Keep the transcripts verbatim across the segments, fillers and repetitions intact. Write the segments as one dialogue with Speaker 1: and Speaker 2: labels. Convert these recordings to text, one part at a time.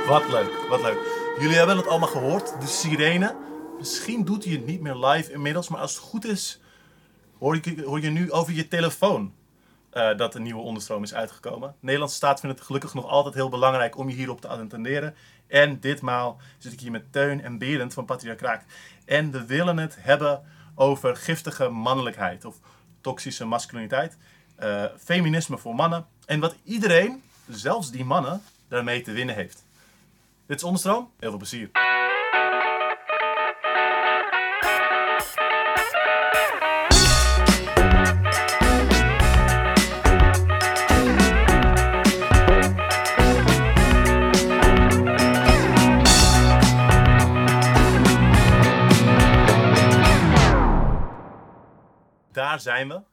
Speaker 1: Wat leuk, wat leuk. Jullie hebben het allemaal gehoord, de sirene. Misschien doet hij het niet meer live inmiddels, maar als het goed is, hoor je, hoor je nu over je telefoon uh, dat de nieuwe onderstroom is uitgekomen. De Nederlandse staat vindt het gelukkig nog altijd heel belangrijk om je hierop te attenderen. En ditmaal zit ik hier met Teun en Berend van Patriarch Kraakt. En we willen het hebben over giftige mannelijkheid of toxische masculiniteit. Uh, feminisme voor mannen. En wat iedereen, zelfs die mannen, daarmee te winnen heeft. Dit is Onderstroom. Heel veel plezier. Daar zijn we.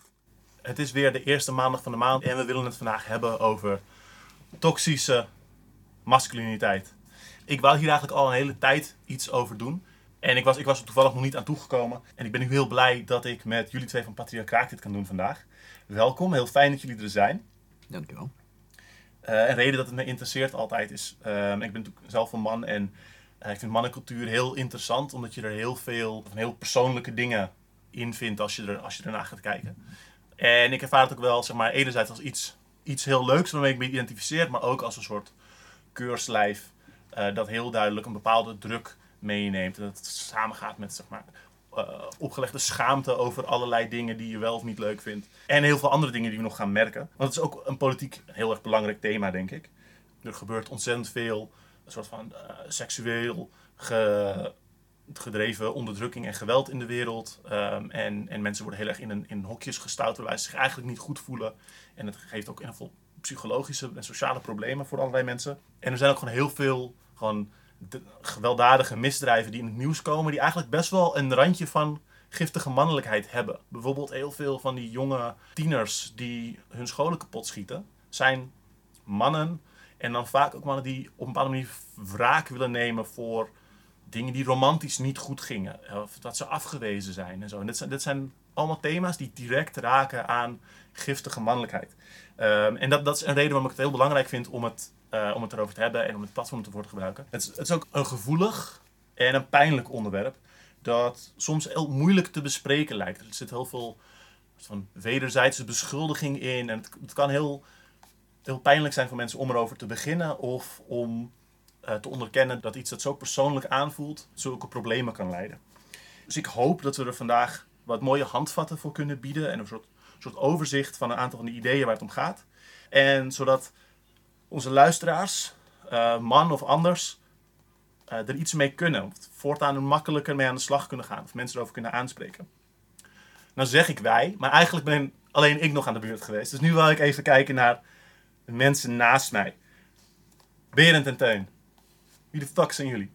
Speaker 1: Het is weer de eerste maandag van de maand en we willen het vandaag hebben over toxische masculiniteit. Ik wou hier eigenlijk al een hele tijd iets over doen. En ik was, ik was er toevallig nog niet aan toegekomen. En ik ben nu heel blij dat ik met jullie twee van Patriarch Kraakt dit kan doen vandaag. Welkom, heel fijn dat jullie er zijn.
Speaker 2: Dankjewel.
Speaker 1: Uh, een reden dat het me interesseert altijd is, uh, ik ben natuurlijk zelf een man en uh, ik vind mannencultuur heel interessant. Omdat je er heel veel, heel persoonlijke dingen in vindt als je, er, als je ernaar gaat kijken. En ik ervaar het ook wel, zeg maar, enerzijds als iets, iets heel leuks waarmee ik me identificeer, maar ook als een soort keurslijf uh, dat heel duidelijk een bepaalde druk meeneemt. En dat het samengaat met, zeg maar, uh, opgelegde schaamte over allerlei dingen die je wel of niet leuk vindt. En heel veel andere dingen die we nog gaan merken. Want het is ook een politiek heel erg belangrijk thema, denk ik. Er gebeurt ontzettend veel, een soort van uh, seksueel ge... gedreven onderdrukking en geweld in de wereld. Um, en, en mensen worden heel erg in, een, in hokjes gestouwd waarbij ze zich eigenlijk niet goed voelen. En het geeft ook heel veel psychologische en sociale problemen voor allerlei mensen. En er zijn ook gewoon heel veel gewoon de, gewelddadige misdrijven die in het nieuws komen, die eigenlijk best wel een randje van giftige mannelijkheid hebben. Bijvoorbeeld heel veel van die jonge tieners die hun scholen kapot schieten, zijn mannen. En dan vaak ook mannen die op een bepaalde manier wraak willen nemen voor dingen die romantisch niet goed gingen. Of dat ze afgewezen zijn en zo. En dit zijn, dit zijn allemaal thema's die direct raken aan giftige mannelijkheid. Um, en dat, dat is een reden waarom ik het heel belangrijk vind om het, uh, om het erover te hebben en om het platform te worden gebruiken. Het is, het is ook een gevoelig en een pijnlijk onderwerp dat soms heel moeilijk te bespreken lijkt. Er zit heel veel van wederzijdse beschuldiging in. En het, het kan heel, heel pijnlijk zijn voor mensen om erover te beginnen of om Uh, te onderkennen dat iets dat zo persoonlijk aanvoelt zulke problemen kan leiden. Dus ik hoop dat we er vandaag wat mooie handvatten voor kunnen bieden en een soort, soort overzicht van een aantal van de ideeën waar het om gaat. En zodat onze luisteraars, uh, man of anders, uh, er iets mee kunnen. Of voortaan er makkelijker mee aan de slag kunnen gaan. Of mensen erover kunnen aanspreken. Nou zeg ik wij, maar eigenlijk ben alleen ik nog aan de beurt geweest. Dus nu wil ik even kijken naar de mensen naast mij. Berend en Teun. Wie de fuck zijn jullie?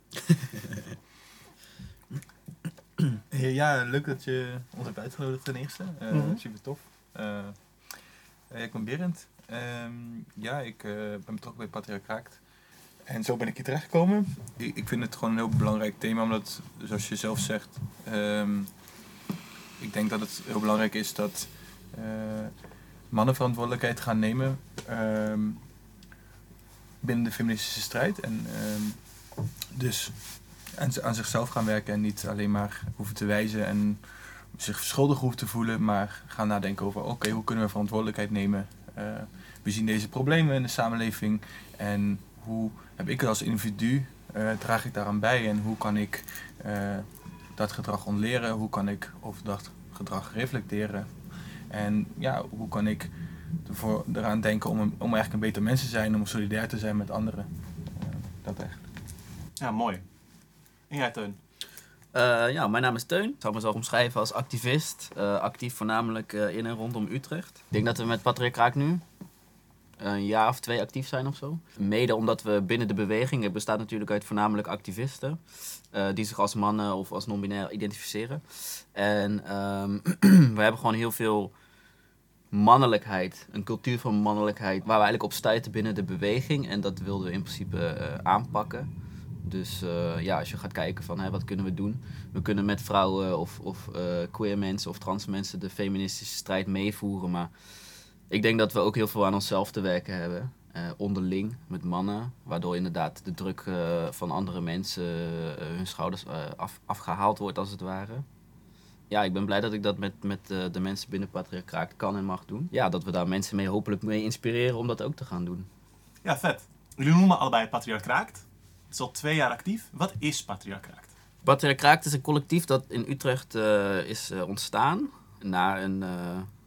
Speaker 3: Ja, leuk dat je ons hebt uitgenodigd ten eerste. Uh, mm-hmm. Super tof. Uh, uh, ik ben Berend. Um, ja, ik uh, ben betrokken bij Patriarch Kraakt. En zo ben ik hier terechtgekomen. Ik, ik vind het gewoon een heel belangrijk thema, omdat, zoals je zelf zegt, um, ik denk dat het heel belangrijk is dat uh, mannen verantwoordelijkheid gaan nemen um, binnen de feministische strijd. En um, dus aan, aan zichzelf gaan werken en niet alleen maar hoeven te wijzen en zich schuldig hoeven te voelen, maar gaan nadenken over oké, okay, hoe kunnen we verantwoordelijkheid nemen? Uh, we zien deze problemen in de samenleving en hoe heb ik het als individu, uh, draag ik daaraan bij en hoe kan ik uh, dat gedrag ontleren? Hoe kan ik over dat gedrag reflecteren? En ja, hoe kan ik ervoor, eraan denken om, om eigenlijk een beter mens te zijn, om solidair te zijn met anderen? Uh, dat echt.
Speaker 1: Ja, mooi. En jij, Teun?
Speaker 2: Uh, ja, mijn naam is Teun. Ik zou mezelf omschrijven als activist. Uh, actief voornamelijk uh, in en rondom Utrecht. Ik denk dat we met Patriarch Kraakt nu een jaar of twee actief zijn of zo. Mede omdat we binnen de beweging, het bestaat natuurlijk uit voornamelijk activisten, uh, die zich als mannen of als non-binair identificeren. En um, we hebben gewoon heel veel mannelijkheid, een cultuur van mannelijkheid, waar we eigenlijk op stuiten binnen de beweging. En dat wilden we in principe uh, aanpakken. Dus uh, ja, als je gaat kijken van hè, wat kunnen we doen. We kunnen met vrouwen of, of uh, queer mensen of trans mensen de feministische strijd meevoeren. Maar ik denk dat we ook heel veel aan onszelf te werken hebben. uh, onderling met mannen. Waardoor inderdaad de druk uh, van andere mensen uh, hun schouders uh, af, afgehaald wordt als het ware. Ja, ik ben blij dat ik dat met, met uh, de mensen binnen Patriarkraakt kan en mag doen. Ja, dat we daar mensen mee hopelijk mee inspireren om dat ook te gaan doen.
Speaker 1: Ja, vet. Jullie noemen allebei Patriarkraakt. Het is al twee jaar actief. Wat is Patriarkraakt?
Speaker 2: Patriarkraakt is een collectief dat in Utrecht uh, is uh, ontstaan. Na een, uh,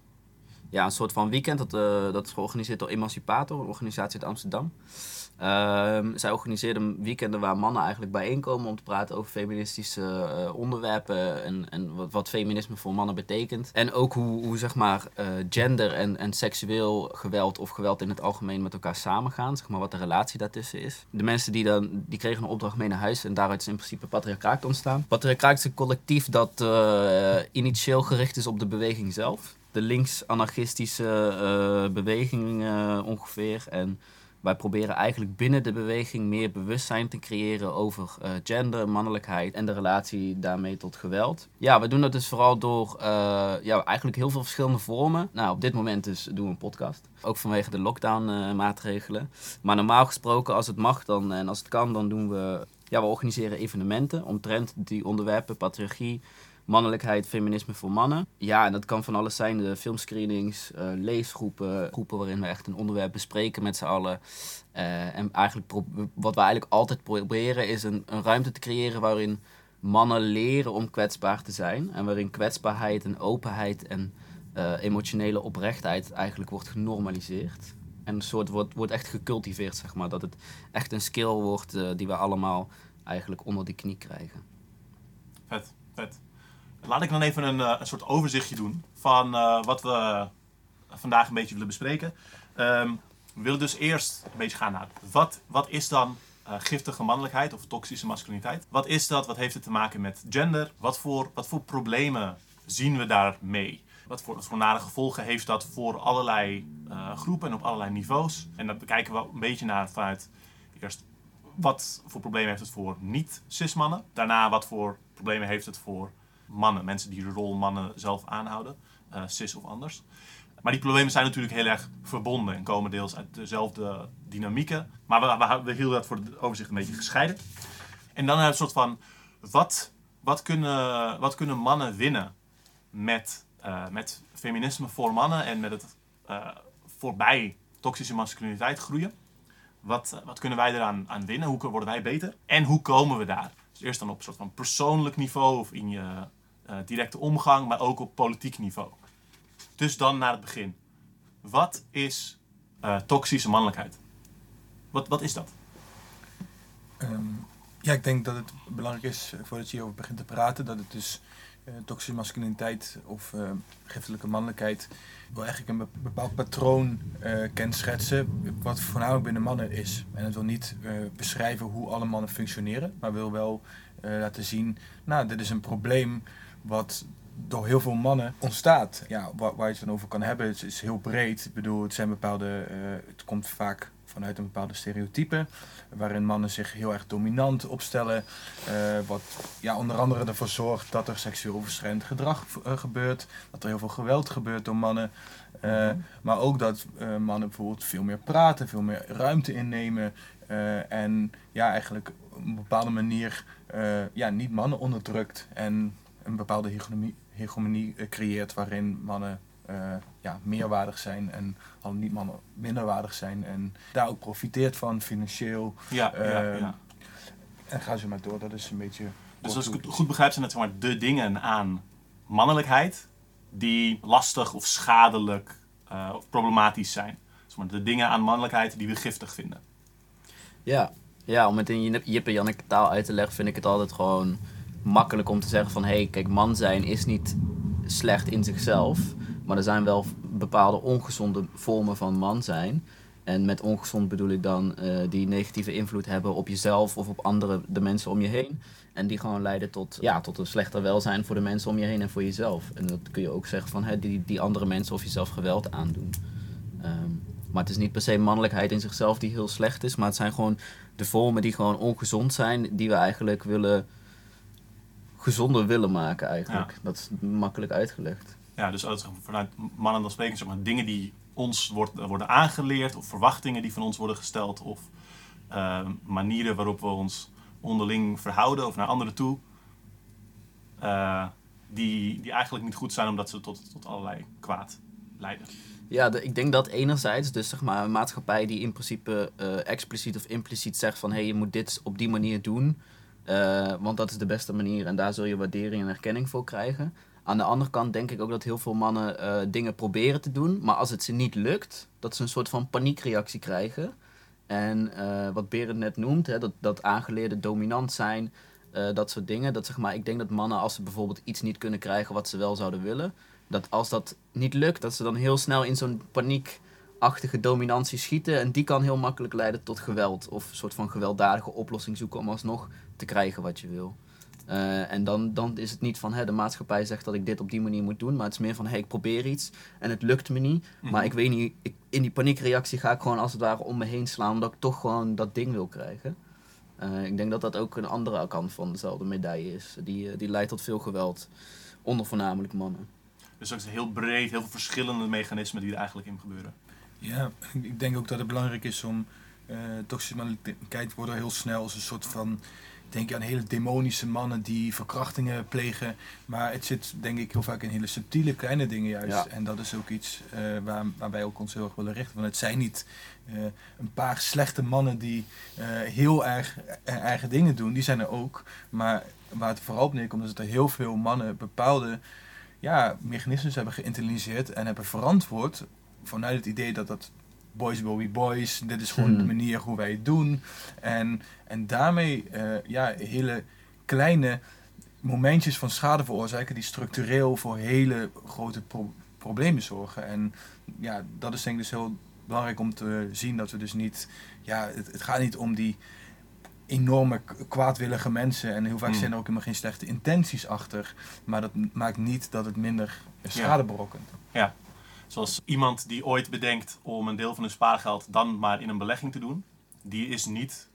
Speaker 2: ja, een soort van weekend. Dat, uh, dat is georganiseerd door Emancipator, een organisatie uit Amsterdam. Uh, zij organiseerden weekenden waar mannen eigenlijk bijeenkomen om te praten over feministische uh, onderwerpen en, en wat, wat feminisme voor mannen betekent. En ook hoe, hoe zeg maar, uh, gender en, en seksueel geweld of geweld in het algemeen met elkaar samengaan. Zeg maar, wat de relatie daartussen is. De mensen die, dan, die kregen een opdracht mee naar huis en daaruit is in principe Patriarkraakt ontstaan. Patriarkraakt is een collectief dat uh, initieel gericht is op de beweging zelf. De links-anarchistische uh, beweging uh, ongeveer. En wij proberen eigenlijk binnen de beweging meer bewustzijn te creëren over uh, gender, mannelijkheid en de relatie daarmee tot geweld. Ja, we doen dat dus vooral door uh, ja, eigenlijk heel veel verschillende vormen. Nou, op dit moment dus doen we een podcast. Ook vanwege de lockdown uh, maatregelen. Maar normaal gesproken, als het mag dan, en als het kan, dan doen we... Ja, we organiseren evenementen omtrent die onderwerpen, patriarchie, mannelijkheid, feminisme voor mannen. Ja, en dat kan van alles zijn. De filmscreenings, uh, leesgroepen, groepen waarin we echt een onderwerp bespreken met z'n allen. Uh, en eigenlijk pro- wat we eigenlijk altijd proberen is een, een ruimte te creëren waarin mannen leren om kwetsbaar te zijn. En waarin kwetsbaarheid en openheid en uh, emotionele oprechtheid eigenlijk wordt genormaliseerd. En een soort wordt, wordt echt gecultiveerd, zeg maar. Dat het echt een skill wordt uh, die we allemaal eigenlijk onder de knie krijgen.
Speaker 1: Vet, vet. Laat ik dan even een, uh, een soort overzichtje doen van uh, wat we vandaag een beetje willen bespreken. Um, we willen dus eerst een beetje gaan naar wat, wat is dan uh, giftige mannelijkheid of toxische masculiniteit? Wat is dat? Wat heeft het te maken met gender? Wat voor, wat voor problemen zien we daarmee? Wat voor, wat voor nare gevolgen heeft dat voor allerlei uh, groepen en op allerlei niveaus? En dat bekijken we een beetje naar vanuit eerst wat voor problemen heeft het voor niet-cis mannen. Daarna wat voor problemen heeft het voor mannen, mensen die de rol mannen zelf aanhouden, uh, cis of anders. Maar die problemen zijn natuurlijk heel erg verbonden en komen deels uit dezelfde dynamieken. Maar we, we, we hielden dat voor het overzicht een beetje gescheiden. En dan een soort van, wat, wat, kunnen, wat kunnen mannen winnen met, uh, met feminisme voor mannen en met het uh, voorbij toxische masculiniteit groeien? Wat, uh, wat kunnen wij eraan aan winnen? Hoe worden wij beter? En hoe komen we daar? Dus eerst dan op een soort van persoonlijk niveau of in je uh, directe omgang, maar ook op politiek niveau. Dus dan naar het begin. Wat is uh, toxische mannelijkheid? Wat, wat is dat?
Speaker 3: Um, ja, ik denk dat het belangrijk is, voordat je hierover begint te praten, dat het dus uh, toxische masculiniteit of uh, giftige mannelijkheid wel eigenlijk een bepaald patroon uh, kenschetsen, wat voornamelijk binnen mannen is. En het wil niet uh, beschrijven hoe alle mannen functioneren, maar wil wel uh, laten zien, nou, dit is een probleem wat door heel veel mannen ontstaat. Ja, waar, waar je het dan over kan hebben, het is heel breed. Ik bedoel, het zijn bepaalde, uh, het komt vaak vanuit een bepaalde stereotype, waarin mannen zich heel erg dominant opstellen, uh, wat ja, onder andere ervoor zorgt dat er seksueel overschrijdend gedrag uh, gebeurt, dat er heel veel geweld gebeurt door mannen, uh, mm-hmm. maar ook dat uh, mannen bijvoorbeeld veel meer praten, veel meer ruimte innemen uh, en ja, eigenlijk op een bepaalde manier uh, ja, niet mannen onderdrukt en een bepaalde hegemonie, hegemonie uh, creëert waarin mannen Uh, ja, meerwaardig zijn en al niet mannen minderwaardig zijn en daar ook profiteert van financieel.
Speaker 1: Ja, uh, ja, ja.
Speaker 3: En gaan ze maar door, dat is een beetje...
Speaker 1: Dus als ik het goed begrijp zijn het zeg maar, de dingen aan mannelijkheid die lastig of schadelijk uh, of problematisch zijn. Zeg maar, de dingen aan mannelijkheid die we giftig vinden.
Speaker 2: Ja, ja, om het in Jip en Janneke taal uit te leggen vind ik het altijd gewoon makkelijk om te zeggen van hé, hey, kijk, man zijn is niet slecht in zichzelf. Maar er zijn wel bepaalde ongezonde vormen van man zijn. En met ongezond bedoel ik dan uh, die negatieve invloed hebben op jezelf of op andere, de mensen om je heen. En die gewoon leiden tot, ja, tot een slechter welzijn voor de mensen om je heen en voor jezelf. En dat kun je ook zeggen van hè, die, die andere mensen of jezelf geweld aandoen. Um, maar het is niet per se mannelijkheid in zichzelf die heel slecht is. Maar het zijn gewoon de vormen die gewoon ongezond zijn. Die we eigenlijk willen, gezonder willen maken eigenlijk. Ja. Dat is makkelijk uitgelegd.
Speaker 1: Ja, dus vanuit mannen dan spreken, zeg maar, dingen die ons wordt, worden aangeleerd of verwachtingen die van ons worden gesteld of uh, manieren waarop we ons onderling verhouden of naar anderen toe, uh, die, die eigenlijk niet goed zijn omdat ze tot, tot allerlei kwaad leiden.
Speaker 2: Ja, de, ik denk dat enerzijds, dus zeg maar een maatschappij die in principe uh, expliciet of impliciet zegt van hé, hey, je moet dit op die manier doen, uh, want dat is de beste manier en daar zul je waardering en erkenning voor krijgen. Aan de andere kant denk ik ook dat heel veel mannen uh, dingen proberen te doen, maar als het ze niet lukt, dat ze een soort van paniekreactie krijgen. En uh, wat Berend net noemt, hè, dat, dat aangeleerde dominant zijn, uh, dat soort dingen. Dat, zeg maar, ik denk dat mannen, als ze bijvoorbeeld iets niet kunnen krijgen wat ze wel zouden willen, dat als dat niet lukt, dat ze dan heel snel in zo'n paniekachtige dominantie schieten. En die kan heel makkelijk leiden tot geweld. Of een soort van gewelddadige oplossing zoeken om alsnog te krijgen wat je wil. Uh, en dan, dan is het niet van, hè, de maatschappij zegt dat ik dit op die manier moet doen. Maar het is meer van, hé, hey, ik probeer iets en het lukt me niet. Mm-hmm. Maar ik weet niet, ik, in die paniekreactie ga ik gewoon als het ware om me heen slaan. Omdat ik toch gewoon dat ding wil krijgen. Uh, ik denk dat dat ook een andere kant van dezelfde medaille is. Die, die leidt tot veel geweld. Onder voornamelijk mannen.
Speaker 1: Dus dat is heel breed, heel veel verschillende mechanismen die er eigenlijk in gebeuren.
Speaker 3: Ja, ik denk ook dat het belangrijk is om uh, toxische mannelijkheid wordt heel snel als een soort van, denk je aan hele demonische mannen die verkrachtingen plegen. Maar het zit denk ik heel vaak in hele subtiele kleine dingen juist. Ja. En dat is ook iets uh, waar, waar wij ook ons heel erg willen richten. Want het zijn niet uh, een paar slechte mannen die uh, heel erg uh, eigen dingen doen. Die zijn er ook. Maar waar het vooral op neerkomt is dat er heel veel mannen bepaalde ja, mechanismes hebben geïnternaliseerd en hebben verantwoord vanuit het idee dat dat boys will be boys, dit is gewoon hmm. de manier hoe wij het doen. En, en daarmee uh, ja, hele kleine momentjes van schade veroorzaken die structureel voor hele grote pro- problemen zorgen. En ja, dat is denk ik dus heel belangrijk om te zien dat we dus niet, ja, het, het gaat niet om die enorme kwaadwillige mensen en heel vaak hmm. zijn er ook helemaal geen slechte intenties achter, maar dat maakt niet dat het minder schade ja. berokkent.
Speaker 1: Ja, zoals iemand die ooit bedenkt om een deel van hun spaargeld dan maar in een belegging te doen, die is niet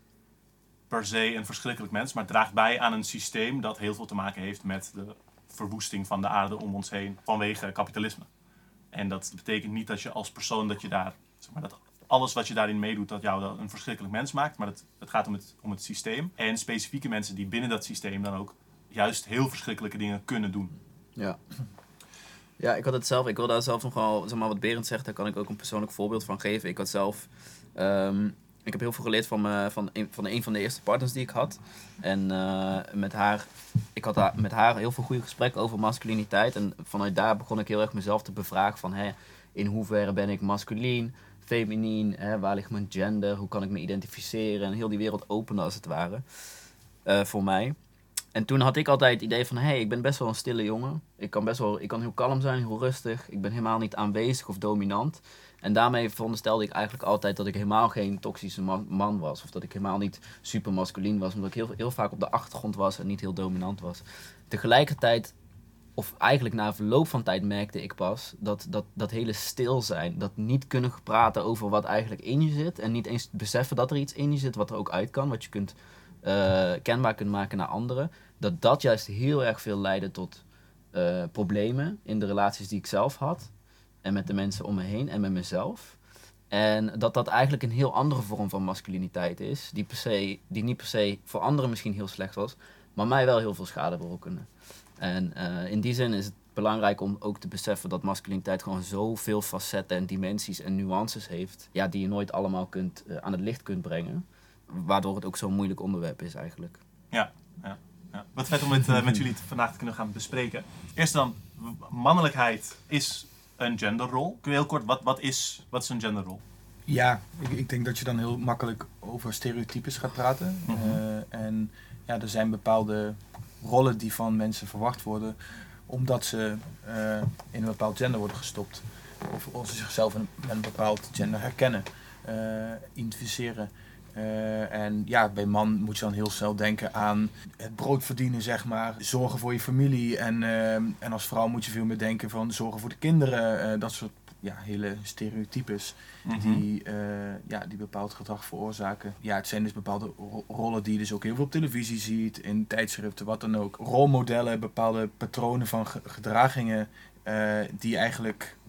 Speaker 1: per se een verschrikkelijk mens, maar draagt bij aan een systeem dat heel veel te maken heeft met de verwoesting van de aarde om ons heen vanwege kapitalisme. En dat betekent niet dat je als persoon dat je daar, zeg maar, dat alles wat je daarin meedoet, dat jou een verschrikkelijk mens maakt. Maar het, het gaat om het, om het systeem. En specifieke mensen die binnen dat systeem dan ook juist heel verschrikkelijke dingen kunnen doen.
Speaker 2: Ja. Ja, ik had het zelf, ik wil daar zelf nog wel, zeg maar wat Berend zegt, daar kan ik ook een persoonlijk voorbeeld van geven. Ik had zelf, um, ik heb heel veel geleerd van, me, van, een, van een van de eerste partners die ik had. En uh, met haar, ik had haar, met haar heel veel goede gesprekken over masculiniteit. En vanuit daar begon ik heel erg mezelf te bevragen van, hé, in hoeverre ben ik masculien? Feminien, hè, waar ligt mijn gender, hoe kan ik me identificeren en heel die wereld openen als het ware, uh, voor mij. En toen had ik altijd het idee van, hé, hey, ik ben best wel een stille jongen. Ik kan best wel, ik kan heel kalm zijn, heel rustig. Ik ben helemaal niet aanwezig of dominant. En daarmee veronderstelde ik eigenlijk altijd dat ik helemaal geen toxische man, man was. Of dat ik helemaal niet super masculien was, omdat ik heel, heel vaak op de achtergrond was en niet heel dominant was. Tegelijkertijd, of eigenlijk na verloop van tijd merkte ik pas dat, dat dat hele stil zijn, dat niet kunnen praten over wat eigenlijk in je zit en niet eens beseffen dat er iets in je zit wat er ook uit kan, wat je kunt uh, kenbaar kunt maken naar anderen, dat dat juist heel erg veel leidde tot uh, problemen in de relaties die ik zelf had en met de mensen om me heen en met mezelf. En dat dat eigenlijk een heel andere vorm van masculiniteit is, die, per se, die niet per se voor anderen misschien heel slecht was, maar mij wel heel veel schade berokkende. En uh, in die zin is het belangrijk om ook te beseffen dat masculiniteit gewoon zoveel facetten en dimensies en nuances heeft, ja, die je nooit allemaal kunt, uh, aan het licht kunt brengen. Waardoor het ook zo'n moeilijk onderwerp is eigenlijk.
Speaker 1: Ja, ja, ja. Wat vet om het uh, met jullie vandaag te kunnen gaan bespreken. Eerst dan, mannelijkheid is een genderrol. Kun je heel kort, wat, wat, is, wat is een genderrol?
Speaker 3: Ja, ik, ik denk dat je dan heel makkelijk over stereotypes gaat praten. Mm-hmm. Uh, en ja, er zijn bepaalde rollen die van mensen verwacht worden, omdat ze uh, in een bepaald gender worden gestopt. Of, of ze zichzelf in een bepaald gender herkennen, uh, identificeren. Uh, en ja, bij man moet je dan heel snel denken aan het brood verdienen, zeg maar. Zorgen voor je familie. En, uh, en als vrouw moet je veel meer denken van zorgen voor de kinderen. Uh, dat soort ja, hele stereotypes mm-hmm. die, uh, ja, die bepaald gedrag veroorzaken. Ja, het zijn dus bepaalde ro- rollen die je dus ook heel veel op televisie ziet, in tijdschriften, wat dan ook. Rolmodellen, bepaalde patronen van ge- gedragingen uh, die eigenlijk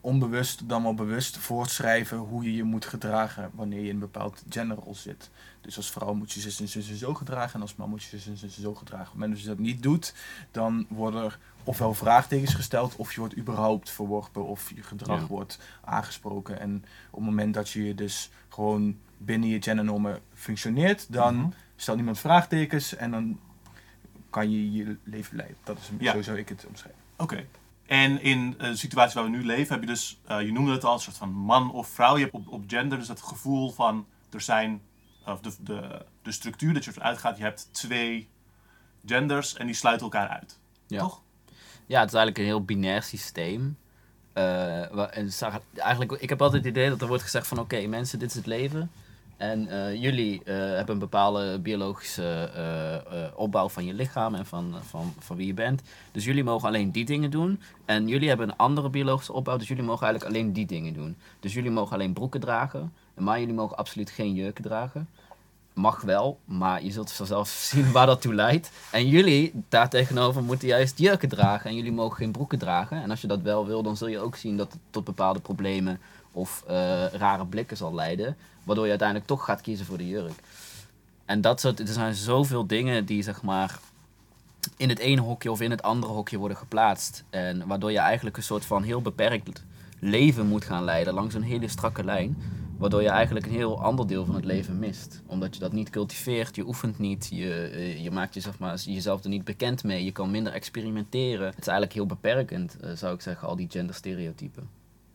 Speaker 3: onbewust dan wel bewust voorschrijven hoe je je moet gedragen wanneer je in een bepaald genderrol zit. Dus als vrouw moet je zus en zus en zo gedragen en als man moet je zus en zus en zo gedragen. Op het moment dat je dat niet doet, dan worden er ofwel vraagtekens gesteld of je wordt überhaupt verworpen of je gedrag
Speaker 2: Ja.
Speaker 3: wordt aangesproken. En op het moment dat je dus gewoon binnen je gendernormen functioneert, dan
Speaker 1: Mhm.
Speaker 3: stelt niemand vraagtekens en dan kan je je leven leiden. Dat is een,
Speaker 1: Ja.
Speaker 3: zo zou ik het omschrijven.
Speaker 1: Oké. En in uh, de situatie waar we nu leven heb je dus, uh, je noemde het al, een soort van man of vrouw. Je hebt op, op gender dus dat gevoel van, er zijn, of de, de, de structuur dat je ervan uitgaat, je hebt twee genders en die sluiten elkaar uit.
Speaker 2: Ja.
Speaker 1: Toch?
Speaker 2: Ja, het is eigenlijk een heel binair systeem. Uh, waar, en zag- eigenlijk, ik heb altijd het idee dat er wordt gezegd van oké, mensen, dit is het leven. En uh, jullie uh, hebben een bepaalde biologische uh, uh, opbouw van je lichaam en van, van, van wie je bent. Dus jullie mogen alleen die dingen doen. En jullie hebben een andere biologische opbouw, dus jullie mogen eigenlijk alleen die dingen doen. Dus jullie mogen alleen broeken dragen, maar jullie mogen absoluut geen jurken dragen. Mag wel, maar je zult zelf zien waar dat toe leidt. En jullie daartegenover moeten juist jurken dragen en jullie mogen geen broeken dragen. En als je dat wel wil, dan zul je ook zien dat het tot bepaalde problemen of uh, rare blikken zal leiden. Waardoor je uiteindelijk toch gaat kiezen voor de jurk. En dat soort, er zijn zoveel dingen die zeg maar in het ene hokje of in het andere hokje worden geplaatst. En waardoor je eigenlijk een soort van heel beperkt leven moet gaan leiden langs een hele strakke lijn. Waardoor je eigenlijk een heel ander deel van het leven mist. Omdat je dat niet cultiveert, je oefent niet, je, je maakt je, zeg maar, jezelf er niet bekend mee. Je kan minder experimenteren. Het is eigenlijk heel beperkend, zou ik zeggen, al die genderstereotypen.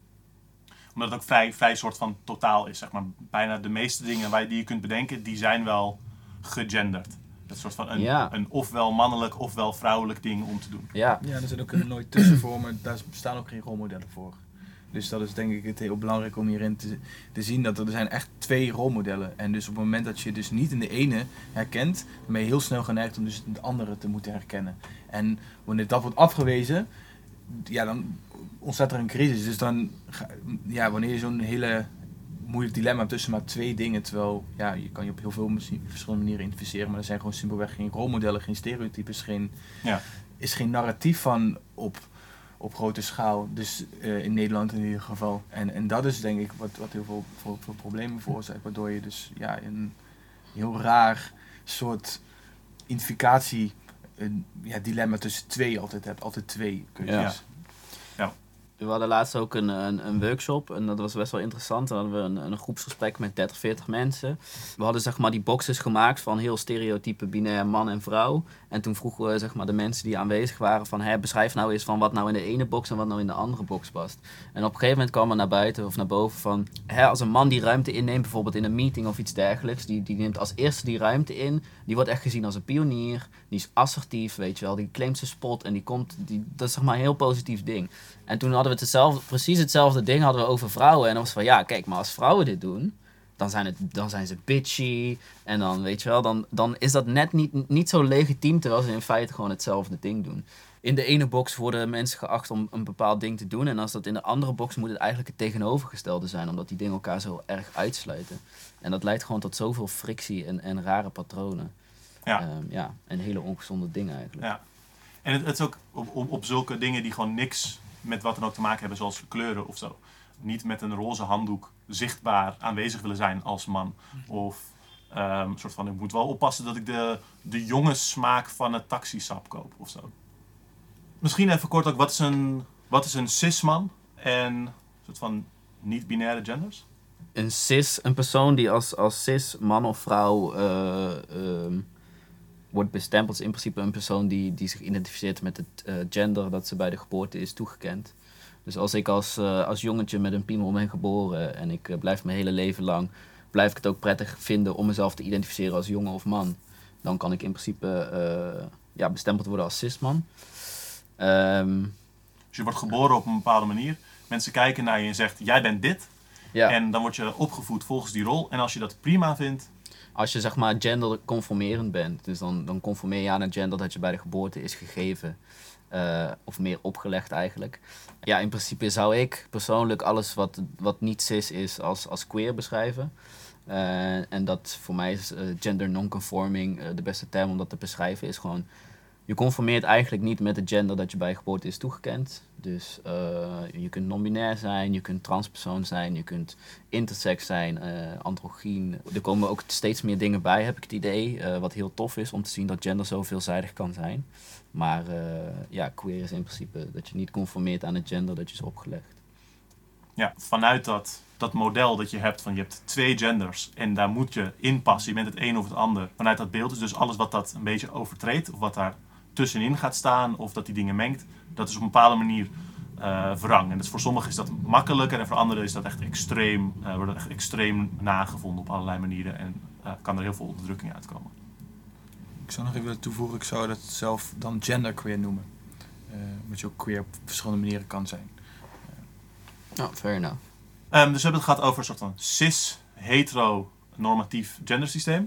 Speaker 1: Omdat het ook vrij, vrij soort van totaal is, zeg maar. Bijna de meeste dingen waar je, die je kunt bedenken, die zijn wel gegenderd. Dat soort van een,
Speaker 2: Ja.
Speaker 1: een ofwel mannelijk ofwel vrouwelijk ding om te doen.
Speaker 2: Ja,
Speaker 3: Ja, er zijn ook nooit tussenvormen, daar bestaan ook geen rolmodellen voor. Dus dat is denk ik het heel belangrijk om hierin te, te zien dat er, er zijn echt twee rolmodellen. En dus op het moment dat je dus niet in de ene herkent, dan ben je heel snel geneigd om dus in de andere te moeten herkennen. En wanneer dat wordt afgewezen, ja, dan ontstaat er een crisis. Dus dan, ga- ja, wanneer je zo'n hele moeilijk dilemma hebt tussen maar twee dingen, terwijl, ja, je kan je op heel veel misschien- verschillende manieren identificeren, maar er zijn gewoon simpelweg geen rolmodellen, geen stereotypes, geen,
Speaker 1: Ja.
Speaker 3: is geen narratief van op, op grote schaal, dus uh, in Nederland in ieder geval. En, en dat is denk ik wat, wat heel veel, veel, veel problemen veroorzaakt, waardoor je dus ja, een heel raar soort identificatie, een ja, dilemma tussen twee altijd hebt, altijd twee keuzes.
Speaker 2: we hadden laatst ook een, een, een workshop en dat was best wel interessant. Dan hadden we een, een groepsgesprek met dertig, veertig mensen. We hadden zeg maar die boxes gemaakt van heel stereotype binair man en vrouw. En toen vroegen we zeg maar de mensen die aanwezig waren van hè, beschrijf nou eens van wat nou in de ene box en wat nou in de andere box past. En op een gegeven moment kwam er naar buiten of naar boven van hè, als een man die ruimte inneemt, bijvoorbeeld in een meeting of iets dergelijks, die, die neemt als eerste die ruimte in, die wordt echt gezien als een pionier, die is assertief, weet je wel, die claimt zijn spot en die komt, die, dat is zeg maar een heel positief ding. En toen hadden we het hetzelfde, precies hetzelfde ding hadden we over vrouwen. En dan was van, ja, kijk, maar als vrouwen dit doen, dan zijn, het, dan zijn ze bitchy. En dan, weet je wel, dan, dan is dat net niet, niet zo legitiem, terwijl ze in feite gewoon hetzelfde ding doen. In de ene box worden mensen geacht om een bepaald ding te doen. En als dat in de andere box moet het eigenlijk het tegenovergestelde zijn, omdat die dingen elkaar zo erg uitsluiten. En dat leidt gewoon tot zoveel frictie en, en rare patronen.
Speaker 1: Ja.
Speaker 2: Um, ja, en hele ongezonde dingen eigenlijk.
Speaker 1: Ja. En het, het is ook op, op, op zulke dingen die gewoon niks met wat dan ook te maken hebben, zoals kleuren of zo. Niet met een roze handdoek zichtbaar aanwezig willen zijn als man. Of um, een soort van, ik moet wel oppassen dat ik de, de jongenssmaak van het taxisap koop of zo. Misschien even kort ook, wat is een, wat is een cis-man en een soort van niet-binaire genders?
Speaker 2: Een cis, een persoon die als, als cis, man of vrouw, uh, um, wordt bestempeld, is in principe een persoon die, die zich identificeert met het uh, gender dat ze bij de geboorte is toegekend. Dus als ik als, uh, als jongetje met een piemel ben geboren en ik uh, blijf mijn hele leven lang, blijf ik het ook prettig vinden om mezelf te identificeren als jongen of man. Dan kan ik in principe uh, ja, bestempeld worden als cis-man. Um,
Speaker 1: dus je wordt geboren op een bepaalde manier. Mensen kijken naar je en zegt, jij bent dit.
Speaker 2: Ja.
Speaker 1: En dan word je opgevoed volgens die rol. En als je dat prima vindt...
Speaker 2: Als je zeg maar genderconformerend bent, dus dan, dan conformeer je aan het gender dat je bij de geboorte is gegeven. Uh, of meer opgelegd eigenlijk. Ja, in principe zou ik persoonlijk alles wat, wat niet cis is als, als queer beschrijven. Uh, en dat voor mij is uh, gender non-conforming uh, de beste term om dat te beschrijven. Is gewoon je conformeert eigenlijk niet met het gender dat je bij geboorte is toegekend. Dus uh, je kunt non-binair zijn, je kunt transpersoon zijn, je kunt intersex zijn, uh, androgyn. Er komen ook steeds meer dingen bij, heb ik het idee. Uh, wat heel tof is om te zien dat gender zo veelzijdig kan zijn. Maar uh, ja, queer is in principe dat je niet conformeert aan het gender dat je is opgelegd.
Speaker 1: Ja, vanuit dat, dat model dat je hebt van je hebt twee genders en daar moet je inpassen, je bent het een of het ander. Vanuit dat beeld is dus alles wat dat een beetje overtreedt of wat daar tussenin gaat staan of dat die dingen mengt, dat is op een bepaalde manier uh, wrang. En dus voor sommigen is dat makkelijker en voor anderen is dat echt extreem, uh, wordt dat echt extreem nagevonden op allerlei manieren en uh, kan er heel veel onderdrukking uitkomen.
Speaker 3: Ik zou nog even willen toevoegen, ik zou dat zelf dan genderqueer noemen. Uh, omdat je ook queer op verschillende manieren kan zijn.
Speaker 2: Ja, oh, fair enough.
Speaker 1: Um, dus we hebben het gehad over een soort van cis-hetero-normatief gendersysteem.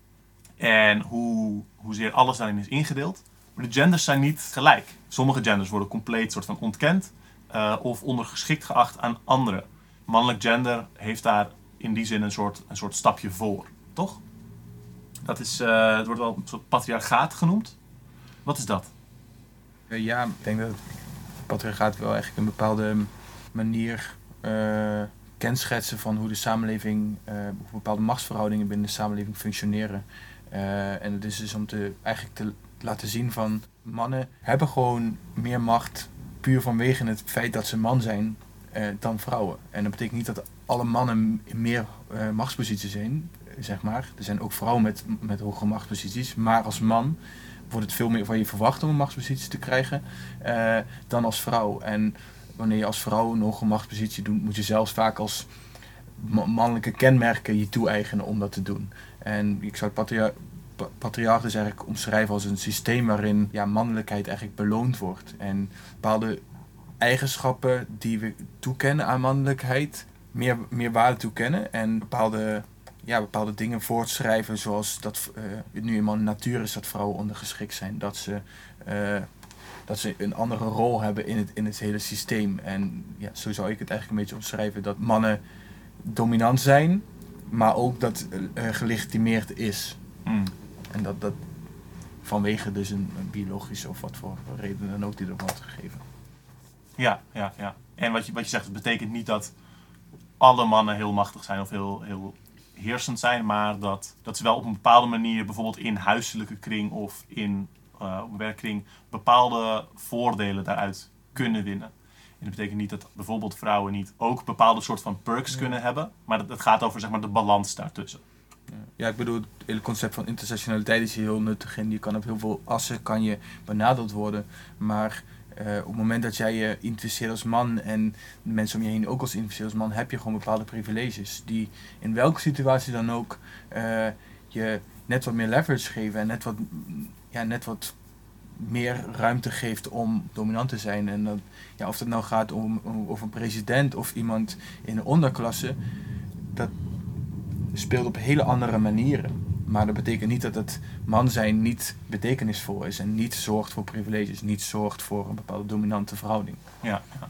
Speaker 1: En hoe, hoezeer alles daarin is ingedeeld. Maar de genders zijn niet gelijk. Sommige genders worden compleet soort van ontkend uh, of ondergeschikt geacht aan andere. Mannelijk gender heeft daar in die zin een soort, een soort stapje voor, toch? Dat is, uh, het wordt wel een soort patriarchaat genoemd. Wat is dat?
Speaker 3: Uh, ja, ik denk dat het patriarchaat wel eigenlijk een bepaalde manier uh, kenschetsen van hoe de samenleving, uh, hoe bepaalde machtsverhoudingen binnen de samenleving functioneren. Uh, en het is dus om te, eigenlijk te laten zien van mannen hebben gewoon meer macht puur vanwege het feit dat ze man zijn uh, dan vrouwen. En dat betekent niet dat alle mannen in meer uh, machtsposities zijn, zeg maar. Er zijn ook vrouwen met, met hogere machtsposities, maar als man wordt het veel meer van je verwacht om een machtspositie te krijgen uh, dan als vrouw. En wanneer je als vrouw een hoge machtspositie doet, moet je zelfs vaak als mannelijke kenmerken je toe-eigenen om dat te doen. En ik zou het patria- patriarch dus eigenlijk omschrijven als een systeem waarin ja, mannelijkheid eigenlijk beloond wordt. En bepaalde eigenschappen die we toekennen aan mannelijkheid, meer, meer waarde toekennen. En bepaalde, ja, bepaalde dingen voortschrijven zoals dat uh, het nu eenmaal natuur is dat vrouwen ondergeschikt zijn. Dat ze... Uh, dat ze een andere rol hebben in het, in het hele systeem. En ja, zo zou ik het eigenlijk een beetje omschrijven. Dat mannen dominant zijn, maar ook dat uh, gelegitimeerd is.
Speaker 1: Mm.
Speaker 3: En dat dat vanwege dus een, een biologische of wat voor reden dan ook die er wordt gegeven.
Speaker 1: Ja, ja, ja. En wat je, wat je zegt, het betekent niet dat alle mannen heel machtig zijn of heel, heel heersend zijn. Maar dat, dat ze wel op een bepaalde manier, bijvoorbeeld in huiselijke kring of in... Uh, op een werkkring bepaalde voordelen daaruit kunnen winnen. En dat betekent niet dat bijvoorbeeld vrouwen niet ook bepaalde soort van perks ja. kunnen hebben, maar het gaat over zeg maar, de balans daartussen.
Speaker 3: Ja. ja, ik bedoel, het hele concept van intersectionaliteit is hier heel nuttig en je kan op heel veel assen kan je benadeeld worden, maar uh, op het moment dat jij je identificeert als man en de mensen om je heen ook als identificeert als man, heb je gewoon bepaalde privileges die in welke situatie dan ook uh, je net wat meer leverage geven en net wat ja, net wat meer ruimte geeft om dominant te zijn. En dat, ja, of het nou gaat om, om of een president of iemand in de onderklasse, dat speelt op hele andere manieren. Maar dat betekent niet dat het man zijn niet betekenisvol is en niet zorgt voor privileges, niet zorgt voor een bepaalde dominante verhouding.
Speaker 1: Ja, ja.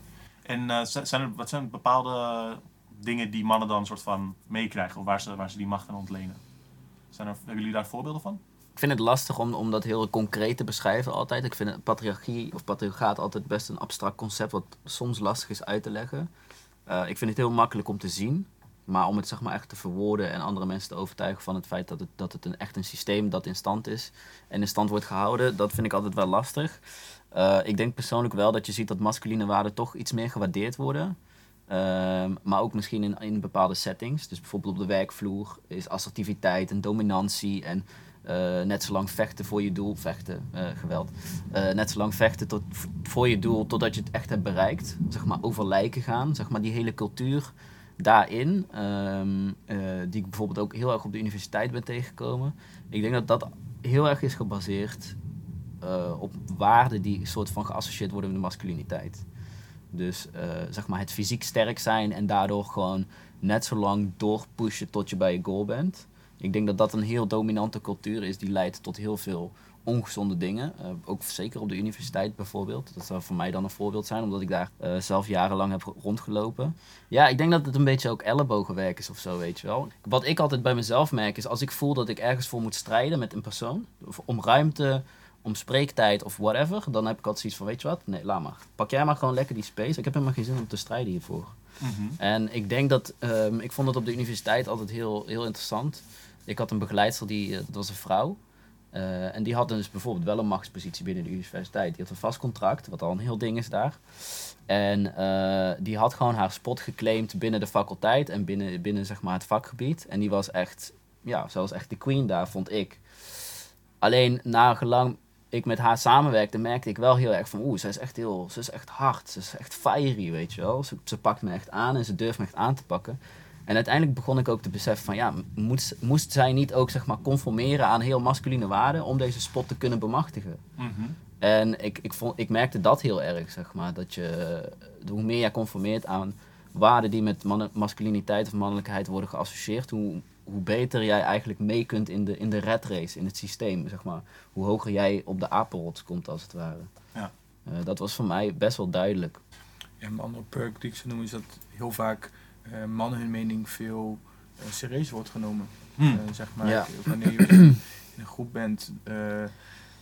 Speaker 1: En uh, zijn er, wat zijn bepaalde dingen die mannen dan soort van meekrijgen of waar ze, waar ze die macht aan ontlenen? Zijn er, hebben jullie daar voorbeelden van?
Speaker 2: Ik vind het lastig om, om dat heel concreet te beschrijven altijd. Ik vind patriarchie of patriarchaat altijd best een abstract concept wat soms lastig is uit te leggen. Uh, ik vind het heel makkelijk om te zien. Maar om het zeg maar echt te verwoorden en andere mensen te overtuigen van het feit dat het, dat het een, echt een systeem dat in stand is en in stand wordt gehouden, dat vind ik altijd wel lastig. Uh, ik denk persoonlijk wel dat je ziet dat masculine waarden toch iets meer gewaardeerd worden. Uh, maar ook misschien in, in bepaalde settings. Dus bijvoorbeeld op de werkvloer is assertiviteit en dominantie en uh, net zo lang vechten voor je doel, vechten, uh, geweld. Uh, net zo lang vechten tot, voor je doel totdat je het echt hebt bereikt. Zeg maar over lijken gaan, zeg maar die hele cultuur daarin, um, uh, die ik bijvoorbeeld ook heel erg op de universiteit ben tegengekomen. Ik denk dat dat heel erg is gebaseerd uh, op waarden die soort van geassocieerd worden met de masculiniteit. Dus uh, zeg maar het fysiek sterk zijn en daardoor gewoon net zo lang doorpushen tot je bij je goal bent. Ik denk dat dat een heel dominante cultuur is die leidt tot heel veel ongezonde dingen. Uh, ook zeker op de universiteit bijvoorbeeld. Dat zou voor mij dan een voorbeeld zijn, omdat ik daar uh, zelf jarenlang heb rondgelopen. Ja, ik denk dat het een beetje ook ellebogenwerk is of zo, weet je wel. Wat ik altijd bij mezelf merk is, als ik voel dat ik ergens voor moet strijden met een persoon, of om ruimte, om spreektijd of whatever, dan heb ik altijd zoiets van, weet je wat? Nee, laat maar. Pak jij maar gewoon lekker die space. Ik heb helemaal geen zin om te strijden hiervoor.
Speaker 1: Mm-hmm.
Speaker 2: En ik denk dat, um, ik vond het op de universiteit altijd heel, heel interessant. Ik had een begeleidster, die, uh, dat was een vrouw. Uh, en die had dus bijvoorbeeld wel een machtspositie binnen de universiteit. Die had een vast contract, wat al een heel ding is daar. En uh, die had gewoon haar spot geclaimd binnen de faculteit en binnen, binnen zeg maar, het vakgebied. En die was echt, ja, ze was echt de queen daar, vond ik. Alleen na gelang ik met haar samenwerkte, merkte ik wel heel erg van, oeh, ze is echt heel, ze is echt hard, ze is echt fiery, weet je wel. Ze, ze pakt me echt aan en ze durft me echt aan te pakken. En uiteindelijk begon ik ook te beseffen van, ja, moest, moest zij niet ook, zeg maar, conformeren aan heel masculine waarden om deze spot te kunnen bemachtigen?
Speaker 1: Mm-hmm.
Speaker 2: En ik, ik, vond, ik merkte dat heel erg, zeg maar, dat je, hoe meer jij conformeert aan waarden die met man, masculiniteit of mannelijkheid worden geassocieerd, hoe, hoe beter jij eigenlijk mee kunt in de, in de red race, in het systeem, zeg maar. Hoe hoger jij op de apenrots komt, als het ware.
Speaker 1: Ja.
Speaker 2: Uh, dat was voor mij best wel duidelijk.
Speaker 3: Ja, een andere perk die ik zou noemen is dat heel vaak uh, mannen hun mening veel uh, serieus wordt genomen.
Speaker 1: Hmm.
Speaker 3: Uh, zeg maar,
Speaker 2: Ja.
Speaker 3: wanneer je in een groep bent uh, uh,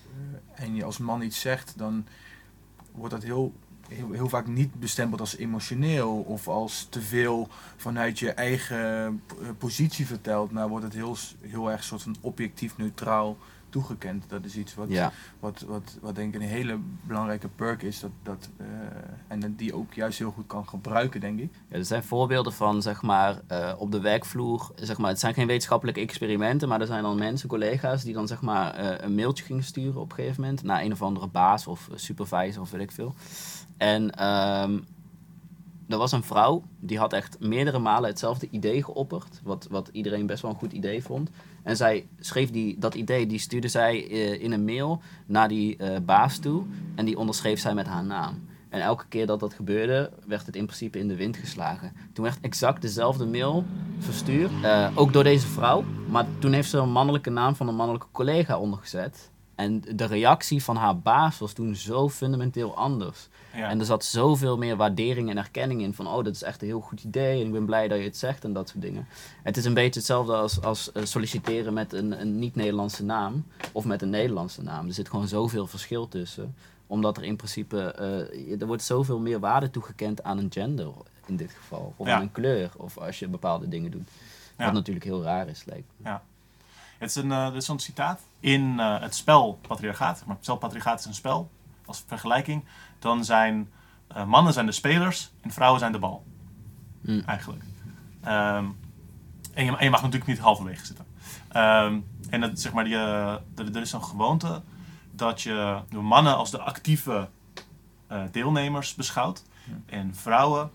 Speaker 3: en je als man iets zegt, dan wordt dat heel, heel, heel vaak niet bestempeld als emotioneel of als te veel vanuit je eigen uh, positie verteld, maar wordt het heel, heel erg soort van objectief neutraal toegekend. Dat is iets wat,
Speaker 2: Ja.
Speaker 3: wat, wat, wat denk ik een hele belangrijke perk is. Dat, dat, uh, en die ook juist heel goed kan gebruiken, denk ik.
Speaker 2: Ja, er zijn voorbeelden van, zeg maar, uh, op de werkvloer. Zeg maar, het zijn geen wetenschappelijke experimenten, maar er zijn dan mensen, collega's, die dan, zeg maar, uh, een mailtje gingen sturen op een gegeven moment naar een of andere baas of supervisor of weet ik veel. En um, er was een vrouw, die had echt meerdere malen hetzelfde idee geopperd, wat, wat iedereen best wel een goed idee vond. En zij schreef die, dat idee, die stuurde zij uh, in een mail naar die uh, baas toe en die onderschreef zij met haar naam. En elke keer dat dat gebeurde, werd het in principe in de wind geslagen. Toen werd exact dezelfde mail verstuurd, uh, ook door deze vrouw. Maar toen heeft ze een mannelijke naam van een mannelijke collega ondergezet. En de reactie van haar baas was toen zo fundamenteel anders.
Speaker 1: Ja.
Speaker 2: En er zat zoveel meer waardering en erkenning in van, oh, dat is echt een heel goed idee en ik ben blij dat je het zegt en dat soort dingen. Het is een beetje hetzelfde als, als uh, solliciteren met een, een niet-Nederlandse naam of met een Nederlandse naam. Er zit gewoon zoveel verschil tussen, omdat er in principe, uh, er wordt zoveel meer waarde toegekend aan een gender in dit geval, of
Speaker 1: ja.
Speaker 2: aan een kleur, of als je bepaalde dingen doet. Wat
Speaker 1: ja.
Speaker 2: natuurlijk heel raar is, lijkt me.
Speaker 1: Ja. Het is, een, uh, het is zo'n citaat. In uh, het spel Patriarchaat, maar het spel Patriarchaat is een spel, als vergelijking, dan zijn uh, mannen zijn de spelers en vrouwen zijn de bal.
Speaker 2: Mm.
Speaker 1: Eigenlijk. Um, en, je, en je mag natuurlijk niet halverwege zitten. Um, en dat, zeg maar, die, uh, er, er is een gewoonte dat je de mannen als de actieve uh, deelnemers beschouwt mm. en vrouwen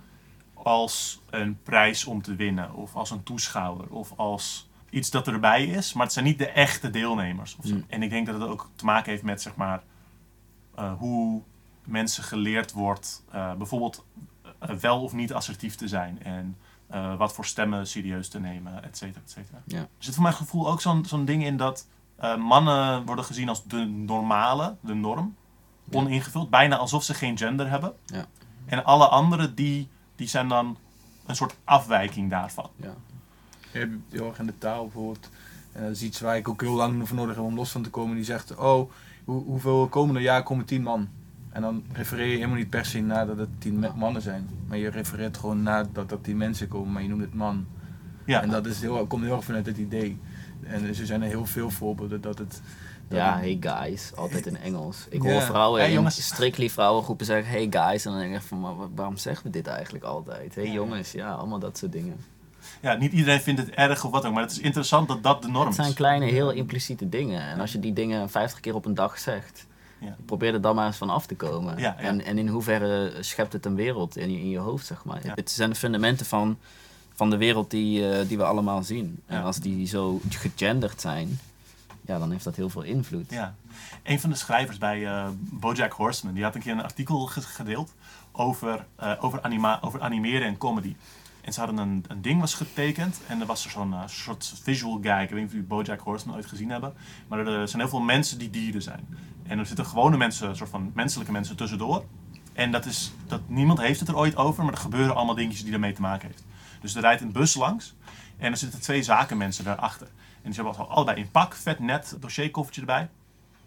Speaker 1: als een prijs om te winnen of als een toeschouwer of als iets dat erbij is, maar het zijn niet de echte deelnemers. Of zo. Mm. En ik denk dat het ook te maken heeft met, zeg maar, uh, hoe mensen geleerd wordt, uh, bijvoorbeeld uh, wel of niet assertief te zijn en uh, wat voor stemmen serieus te nemen, et cetera, et cetera.
Speaker 2: Ja.
Speaker 1: Er zit voor mijn gevoel ook zo'n, zo'n ding in dat uh, mannen worden gezien als de normale, de norm,
Speaker 2: ja.
Speaker 1: oningevuld, bijna alsof ze geen gender hebben.
Speaker 2: Ja.
Speaker 1: En alle anderen, die, die zijn dan een soort afwijking daarvan.
Speaker 2: Ja.
Speaker 3: Je hebt heel erg in de taal bijvoorbeeld. En dat is iets waar ik ook heel lang voor nodig heb om los van te komen. Die zegt, oh, hoe, hoeveel komende jaar komen tien man? En dan refereer je helemaal niet per se naar dat het tien mannen zijn. Maar je refereert gewoon naar dat er tien mensen komen, maar je noemt het man.
Speaker 1: Ja.
Speaker 3: En dat is heel, komt heel erg vanuit het idee. En dus er zijn er heel veel voorbeelden dat het... Dat
Speaker 2: ja,
Speaker 3: het,
Speaker 2: hey guys, altijd in Engels. Ik
Speaker 3: ja.
Speaker 2: hoor vrouwen
Speaker 1: Hey,
Speaker 2: in
Speaker 1: jongens.
Speaker 2: strictly vrouwengroepen zeggen hey guys. En dan denk ik van, maar waarom zeggen we dit eigenlijk altijd? Hey
Speaker 1: ja.
Speaker 2: jongens, ja, allemaal dat soort dingen.
Speaker 1: Ja, niet iedereen vindt het erg of wat ook, maar het is interessant dat dat de norm is.
Speaker 2: Het zijn kleine, heel impliciete dingen. En als je die dingen vijftig keer op een dag zegt,
Speaker 1: Ja.
Speaker 2: probeer er dan maar eens van af te komen.
Speaker 1: Ja, ja.
Speaker 2: En, en in hoeverre schept het een wereld in je, in je hoofd, zeg maar.
Speaker 1: Ja.
Speaker 2: Het zijn de fundamenten van, van de wereld die, uh, die we allemaal zien. En
Speaker 1: Ja.
Speaker 2: als die zo gegenderd zijn, ja, dan heeft dat heel veel invloed.
Speaker 1: Ja. Een van de schrijvers bij uh, BoJack Horseman, die had een keer een artikel ge- gedeeld over, uh, over, anima- over animeren en comedy. En ze hadden een, een ding was getekend en er was er zo'n uh, soort visual guy. Ik weet niet of jullie BoJack Horseman ooit gezien hebben. Maar er zijn heel veel mensen die dieren zijn. En er zitten gewone mensen, een soort van menselijke mensen tussendoor. En dat is, dat, niemand heeft het er ooit over, maar er gebeuren allemaal dingetjes die ermee te maken heeft. Dus er rijdt een bus langs en er zitten twee zakenmensen daarachter. En die hebben allebei in pak, vet net, dossierkoffertje erbij.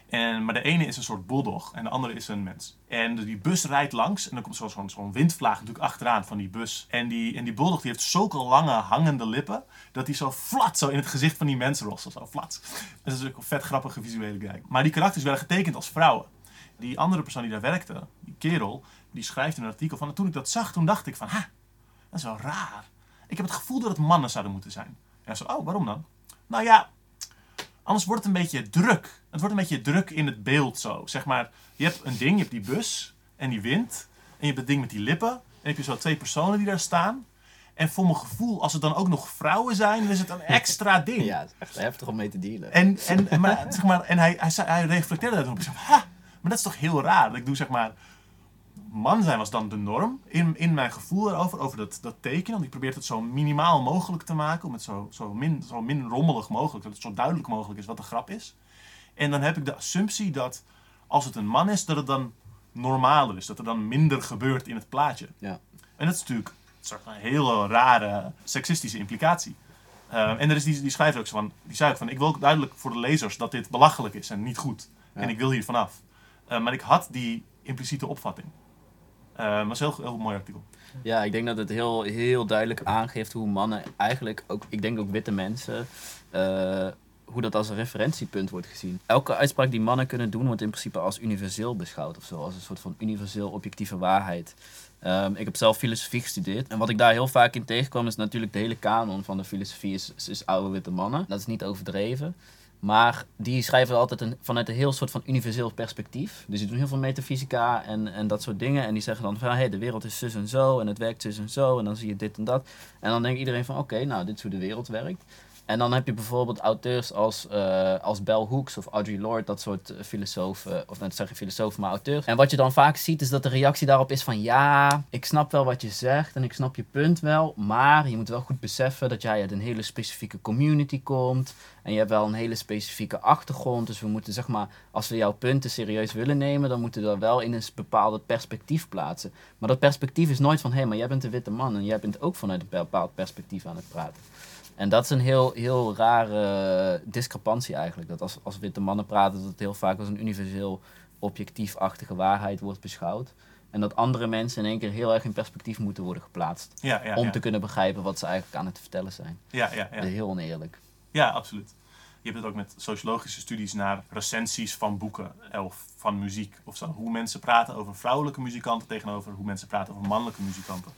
Speaker 1: En, maar de ene is een soort bulldog en de andere is een mens. En die bus rijdt langs en dan komt zo'n zo, zo'n windvlaag natuurlijk achteraan van die bus. En die, en die bulldog die heeft zulke lange hangende lippen dat hij zo flat zo in het gezicht van die mensen rost. Zo flat. Dat is ook een vet grappige visuele kijk. Maar die karakters werden getekend als vrouwen. Die andere persoon die daar werkte, die kerel, die schrijft in een artikel van... Toen ik dat zag, toen dacht ik van, ha, dat is wel raar. Ik heb het gevoel dat het mannen zouden moeten zijn. En zo, oh, waarom dan? Nou ja, anders wordt het een beetje druk. Het wordt een beetje druk in het beeld zo. Zeg maar, je hebt een ding, je hebt die bus en die wind. En je hebt het ding met die lippen. En dan heb je zo twee personen die daar staan. En voor mijn gevoel, als het dan ook nog vrouwen zijn, dan is het een extra ding.
Speaker 2: Ja, het is echt heftig om mee te dealen.
Speaker 1: En, en, maar, zeg maar, en hij, hij, hij reflecteerde daarop. Ik zei, ha, maar dat is toch heel raar. Ik doe zeg maar... Man zijn was dan de norm in, in mijn gevoel daarover, over dat, dat tekenen. Want ik probeert het zo minimaal mogelijk te maken, om het zo, zo, min, zo min rommelig mogelijk, dat het zo duidelijk mogelijk is wat de grap is. En dan heb ik de assumptie dat als het een man is, dat het dan normaler is. Dat er dan minder gebeurt in het plaatje.
Speaker 2: Ja.
Speaker 1: En dat is natuurlijk een hele rare seksistische implicatie. Uh, en er is die, die schrijver ook zo van, die zei ook van, ik wil ook duidelijk voor de lezers dat dit belachelijk is en niet goed. Ja. En ik wil hier vanaf. Uh, maar ik had die impliciete opvatting. Uh, dat was een heel, heel mooi artikel.
Speaker 2: Ja, ik denk dat het heel, heel duidelijk aangeeft hoe mannen eigenlijk, ook, ik denk ook witte mensen, uh, hoe dat als een referentiepunt wordt gezien. Elke uitspraak die mannen kunnen doen wordt in principe als universeel beschouwd of zo, als een soort van universeel objectieve waarheid. Um, ik heb zelf filosofie gestudeerd en wat ik daar heel vaak in tegenkwam is natuurlijk de hele kanon van de filosofie is, is, is oude witte mannen. Dat is niet overdreven. Maar die schrijven altijd een, vanuit een heel soort van universeel perspectief. Dus die doen heel veel metafysica en, en dat soort dingen. En die zeggen dan van, hey, de wereld is zus en zo en het werkt zus en zo. En dan zie je dit en dat. En dan denkt iedereen van, oké, okay, nou, dit is hoe de wereld werkt. En dan heb je bijvoorbeeld auteurs als, uh, als Bell Hooks of Audre Lorde, dat soort filosofen, of net zeg je filosofen, maar auteurs. En wat je dan vaak ziet is dat de reactie daarop is van, ja, ik snap wel wat je zegt en ik snap je punt wel, maar je moet wel goed beseffen dat jij uit een hele specifieke community komt en je hebt wel een hele specifieke achtergrond. Dus we moeten, zeg maar, als we jouw punten serieus willen nemen, dan moeten we dat wel in een bepaalde perspectief plaatsen. Maar dat perspectief is nooit van, hé, hey, maar jij bent een witte man en jij bent ook vanuit een bepaald perspectief aan het praten. En dat is een heel, heel rare discrepantie eigenlijk. Dat als, als witte mannen praten, dat het heel vaak als een universeel objectiefachtige waarheid wordt beschouwd. En dat andere mensen in één keer heel erg in perspectief moeten worden geplaatst.
Speaker 1: Ja, ja,
Speaker 2: om
Speaker 1: ja.
Speaker 2: te kunnen begrijpen wat ze eigenlijk aan het vertellen zijn.
Speaker 1: Ja, ja, ja.
Speaker 2: Dat is heel oneerlijk.
Speaker 1: Ja, absoluut. Je hebt het ook met sociologische studies naar recensies van boeken of van muziek of zo. Hoe mensen praten over vrouwelijke muzikanten tegenover hoe mensen praten over mannelijke muzikanten.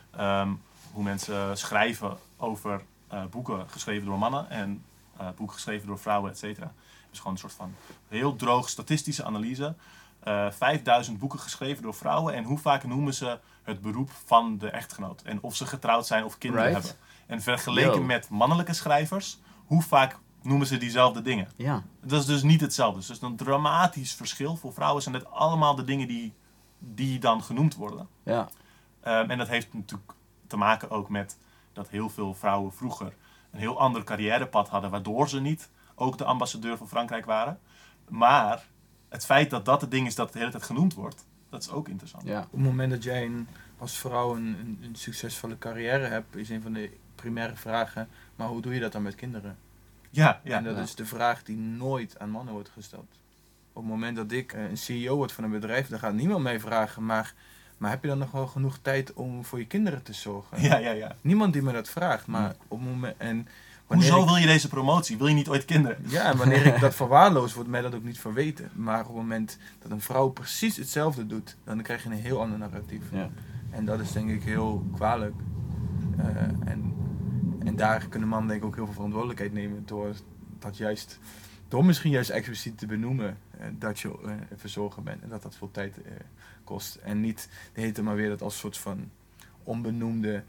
Speaker 1: Um, hoe mensen schrijven over uh, boeken geschreven door mannen en uh, boeken geschreven door vrouwen, et cetera. Het is gewoon een soort van heel droog statistische analyse. Uh, vijfduizend boeken geschreven door vrouwen en hoe vaak noemen ze het beroep van de echtgenoot. En of ze getrouwd zijn of kinderen
Speaker 2: Right.
Speaker 1: hebben. En vergeleken Yo. met mannelijke schrijvers, hoe vaak noemen ze diezelfde dingen.
Speaker 2: Ja.
Speaker 1: Dat is dus niet hetzelfde. Dus een dramatisch verschil. Voor vrouwen zijn dit allemaal de dingen die, die dan genoemd worden.
Speaker 2: Ja.
Speaker 1: Um, en dat heeft natuurlijk te maken ook met dat heel veel vrouwen vroeger een heel ander carrièrepad hadden, waardoor ze niet ook de ambassadeur van Frankrijk waren. Maar het feit dat dat het ding is dat het de hele tijd genoemd wordt, dat is ook interessant.
Speaker 2: Ja.
Speaker 3: Op het moment dat jij een, als vrouw een, een, een succesvolle carrière hebt, is een van de primaire vragen, maar hoe doe je dat dan met kinderen?
Speaker 1: Ja, ja.
Speaker 3: En dat
Speaker 2: ja.
Speaker 3: is de vraag die nooit aan mannen wordt gesteld. Op het moment dat ik een C E O word van een bedrijf, dan gaat niemand mij vragen, maar, maar heb je dan nog wel genoeg tijd om voor je kinderen te zorgen?
Speaker 1: Ja, ja, ja.
Speaker 3: Niemand die me dat vraagt, maar op het moment... En
Speaker 1: Hoezo
Speaker 3: ik,
Speaker 1: wil je deze promotie? Wil je niet ooit kinderen?
Speaker 3: Ja, en wanneer ik dat verwaarloos, wordt mij dat ook niet verweten. Maar op het moment dat een vrouw precies hetzelfde doet, dan krijg je een heel ander narratief.
Speaker 2: Ja.
Speaker 3: En dat is denk ik heel kwalijk. Uh, en, en daar kunnen mannen denk ik ook heel veel verantwoordelijkheid nemen door dat juist, door misschien juist expliciet te benoemen uh, dat je uh, een verzorger bent en dat dat veel tijd uh, kost. En niet de hele tijd maar weer dat als soort van onbenoemde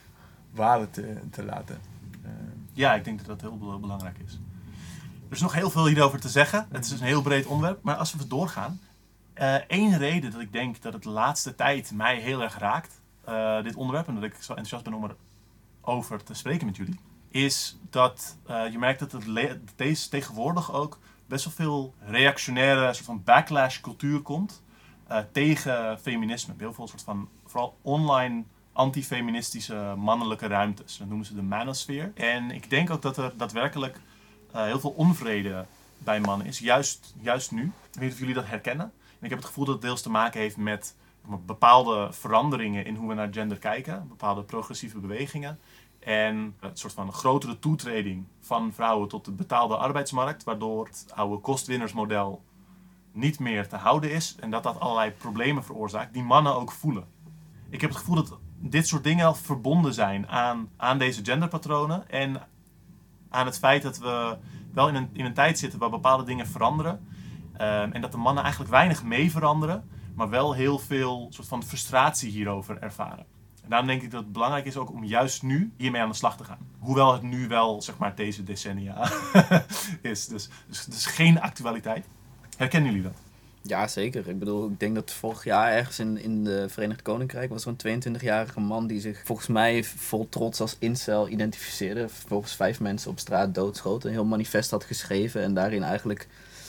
Speaker 3: waarde te, te laten. Uh,
Speaker 1: Ja, ik denk dat dat heel belangrijk is. Er is nog heel veel hierover te zeggen. Het is een heel breed onderwerp. Maar als we doorgaan. Uh, één reden dat ik denk dat het de laatste tijd mij heel erg raakt. Uh, dit onderwerp. En dat ik zo enthousiast ben om erover te spreken met jullie. Is dat uh, je merkt dat het le- deze tegenwoordig ook best wel veel reactionaire soort van backlash cultuur komt. Uh, tegen feminisme. Heel veel soort van, vooral online antifeministische mannelijke ruimtes. Dat noemen ze de manosphere. En ik denk ook dat er daadwerkelijk uh, heel veel onvrede bij mannen is. Juist, juist nu. Ik weet niet of jullie dat herkennen. En ik heb het gevoel dat het deels te maken heeft met bepaalde veranderingen in hoe we naar gender kijken. Bepaalde progressieve bewegingen. En een soort van grotere toetreding van vrouwen tot de betaalde arbeidsmarkt. Waardoor het oude kostwinnersmodel niet meer te houden is. En dat dat allerlei problemen veroorzaakt die mannen ook voelen. Ik heb het gevoel dat dit soort dingen al verbonden zijn aan, aan deze genderpatronen. En aan het feit dat we wel in een, in een tijd zitten waar bepaalde dingen veranderen. Um, en dat de mannen eigenlijk weinig mee veranderen. Maar wel heel veel soort van frustratie hierover ervaren. En daarom denk ik dat het belangrijk is ook om juist nu hiermee aan de slag te gaan. Hoewel het nu wel, zeg maar, deze decennia is. Dus, dus, dus geen actualiteit. Herkennen jullie dat?
Speaker 2: Ja, zeker. Ik bedoel, ik denk dat vorig jaar ergens in, in de Verenigd Koninkrijk was er een tweeëntwintigjarige man die zich volgens mij vol trots als incel identificeerde. Volgens vijf mensen op straat doodschoot. Een heel manifest had geschreven en daarin eigenlijk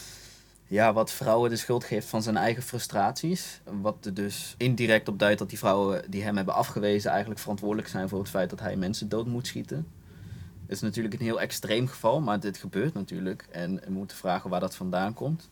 Speaker 2: ja, wat vrouwen de schuld geeft van zijn eigen frustraties. Wat er dus indirect op duidt dat die vrouwen die hem hebben afgewezen eigenlijk verantwoordelijk zijn voor het feit dat hij mensen dood moet schieten. Het is natuurlijk een heel extreem geval, maar dit gebeurt natuurlijk. En we moeten vragen waar dat vandaan komt.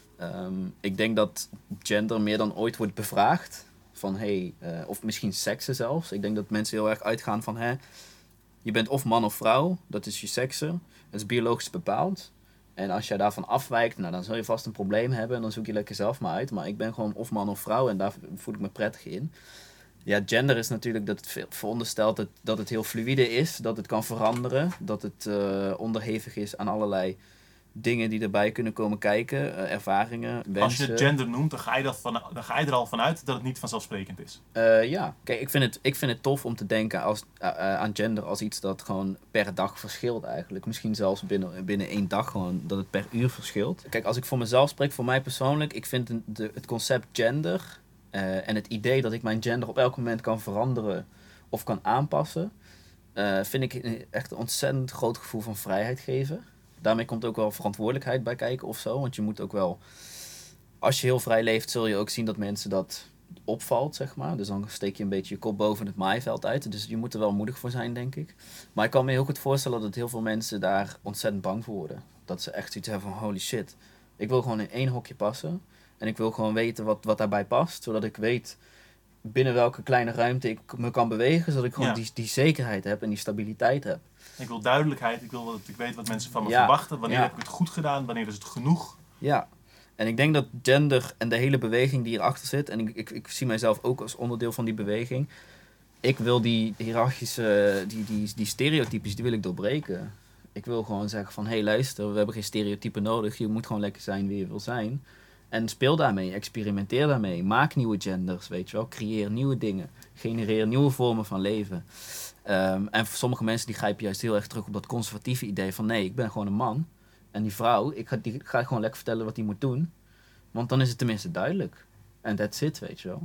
Speaker 2: Um, ik denk dat gender meer dan ooit wordt bevraagd. Van hey, uh, of misschien seksen zelfs. Ik denk dat mensen heel erg uitgaan van hè, je bent of man of vrouw, dat is je seksen. Dat is biologisch bepaald. En als jij daarvan afwijkt, nou, dan zul je vast een probleem hebben. En dan zoek je lekker zelf maar uit. Maar ik ben gewoon of man of vrouw en daar voel ik me prettig in. Ja, gender is natuurlijk dat het veronderstelt dat, dat het heel fluïde is. Dat het kan veranderen. Dat het uh, onderhevig is aan allerlei dingen die erbij kunnen komen kijken. Uh, ervaringen, wensen.
Speaker 1: Als je het gender noemt, dan ga, je dat van, dan ga je er al vanuit dat het niet vanzelfsprekend is.
Speaker 2: Uh, ja, kijk, ik vind, het, ik vind het tof om te denken als, uh, uh, aan gender als iets dat gewoon per dag verschilt eigenlijk. Misschien zelfs binnen, binnen één dag gewoon dat het per uur verschilt. Kijk, als ik voor mezelf spreek, voor mij persoonlijk, ik vind de, het concept gender uh, en het idee dat ik mijn gender op elk moment kan veranderen of kan aanpassen, uh, vind ik echt een ontzettend groot gevoel van vrijheid geven. Daarmee komt ook wel verantwoordelijkheid bij kijken of zo. Want je moet ook wel, als je heel vrij leeft, zul je ook zien dat mensen dat opvalt, zeg maar. Dus dan steek je een beetje je kop boven het maaiveld uit. Dus je moet er wel moedig voor zijn, denk ik. Maar ik kan me heel goed voorstellen dat heel veel mensen daar ontzettend bang voor worden. Dat ze echt iets hebben van holy shit. Ik wil gewoon in één hokje passen. En ik wil gewoon weten wat, wat daarbij past. Zodat ik weet binnen welke kleine ruimte ik me kan bewegen. Zodat ik gewoon ja. die, die zekerheid heb en die stabiliteit heb.
Speaker 1: Ik wil duidelijkheid, ik wil dat ik weet wat mensen van me
Speaker 2: ja,
Speaker 1: verwachten. Wanneer
Speaker 2: ja.
Speaker 1: heb ik het goed gedaan, wanneer is het genoeg.
Speaker 2: Ja, en ik denk dat gender en de hele beweging die hierachter zit, en ik, ik, ik zie mijzelf ook als onderdeel van die beweging. Ik wil die hiërarchische, die, die, die stereotypes, die wil ik doorbreken. Ik wil gewoon zeggen van, hé hey, luister, we hebben geen stereotypen nodig. Je moet gewoon lekker zijn wie je wil zijn. En speel daarmee, experimenteer daarmee. Maak nieuwe genders, weet je wel. Creëer nieuwe dingen. Genereer nieuwe vormen van leven. Um, en voor sommige mensen die grijpen juist heel erg terug op dat conservatieve idee van nee, ik ben gewoon een man. En die vrouw, ik ga, die ga gewoon lekker vertellen wat die moet doen. Want dan is het tenminste duidelijk. En that's it, weet je wel.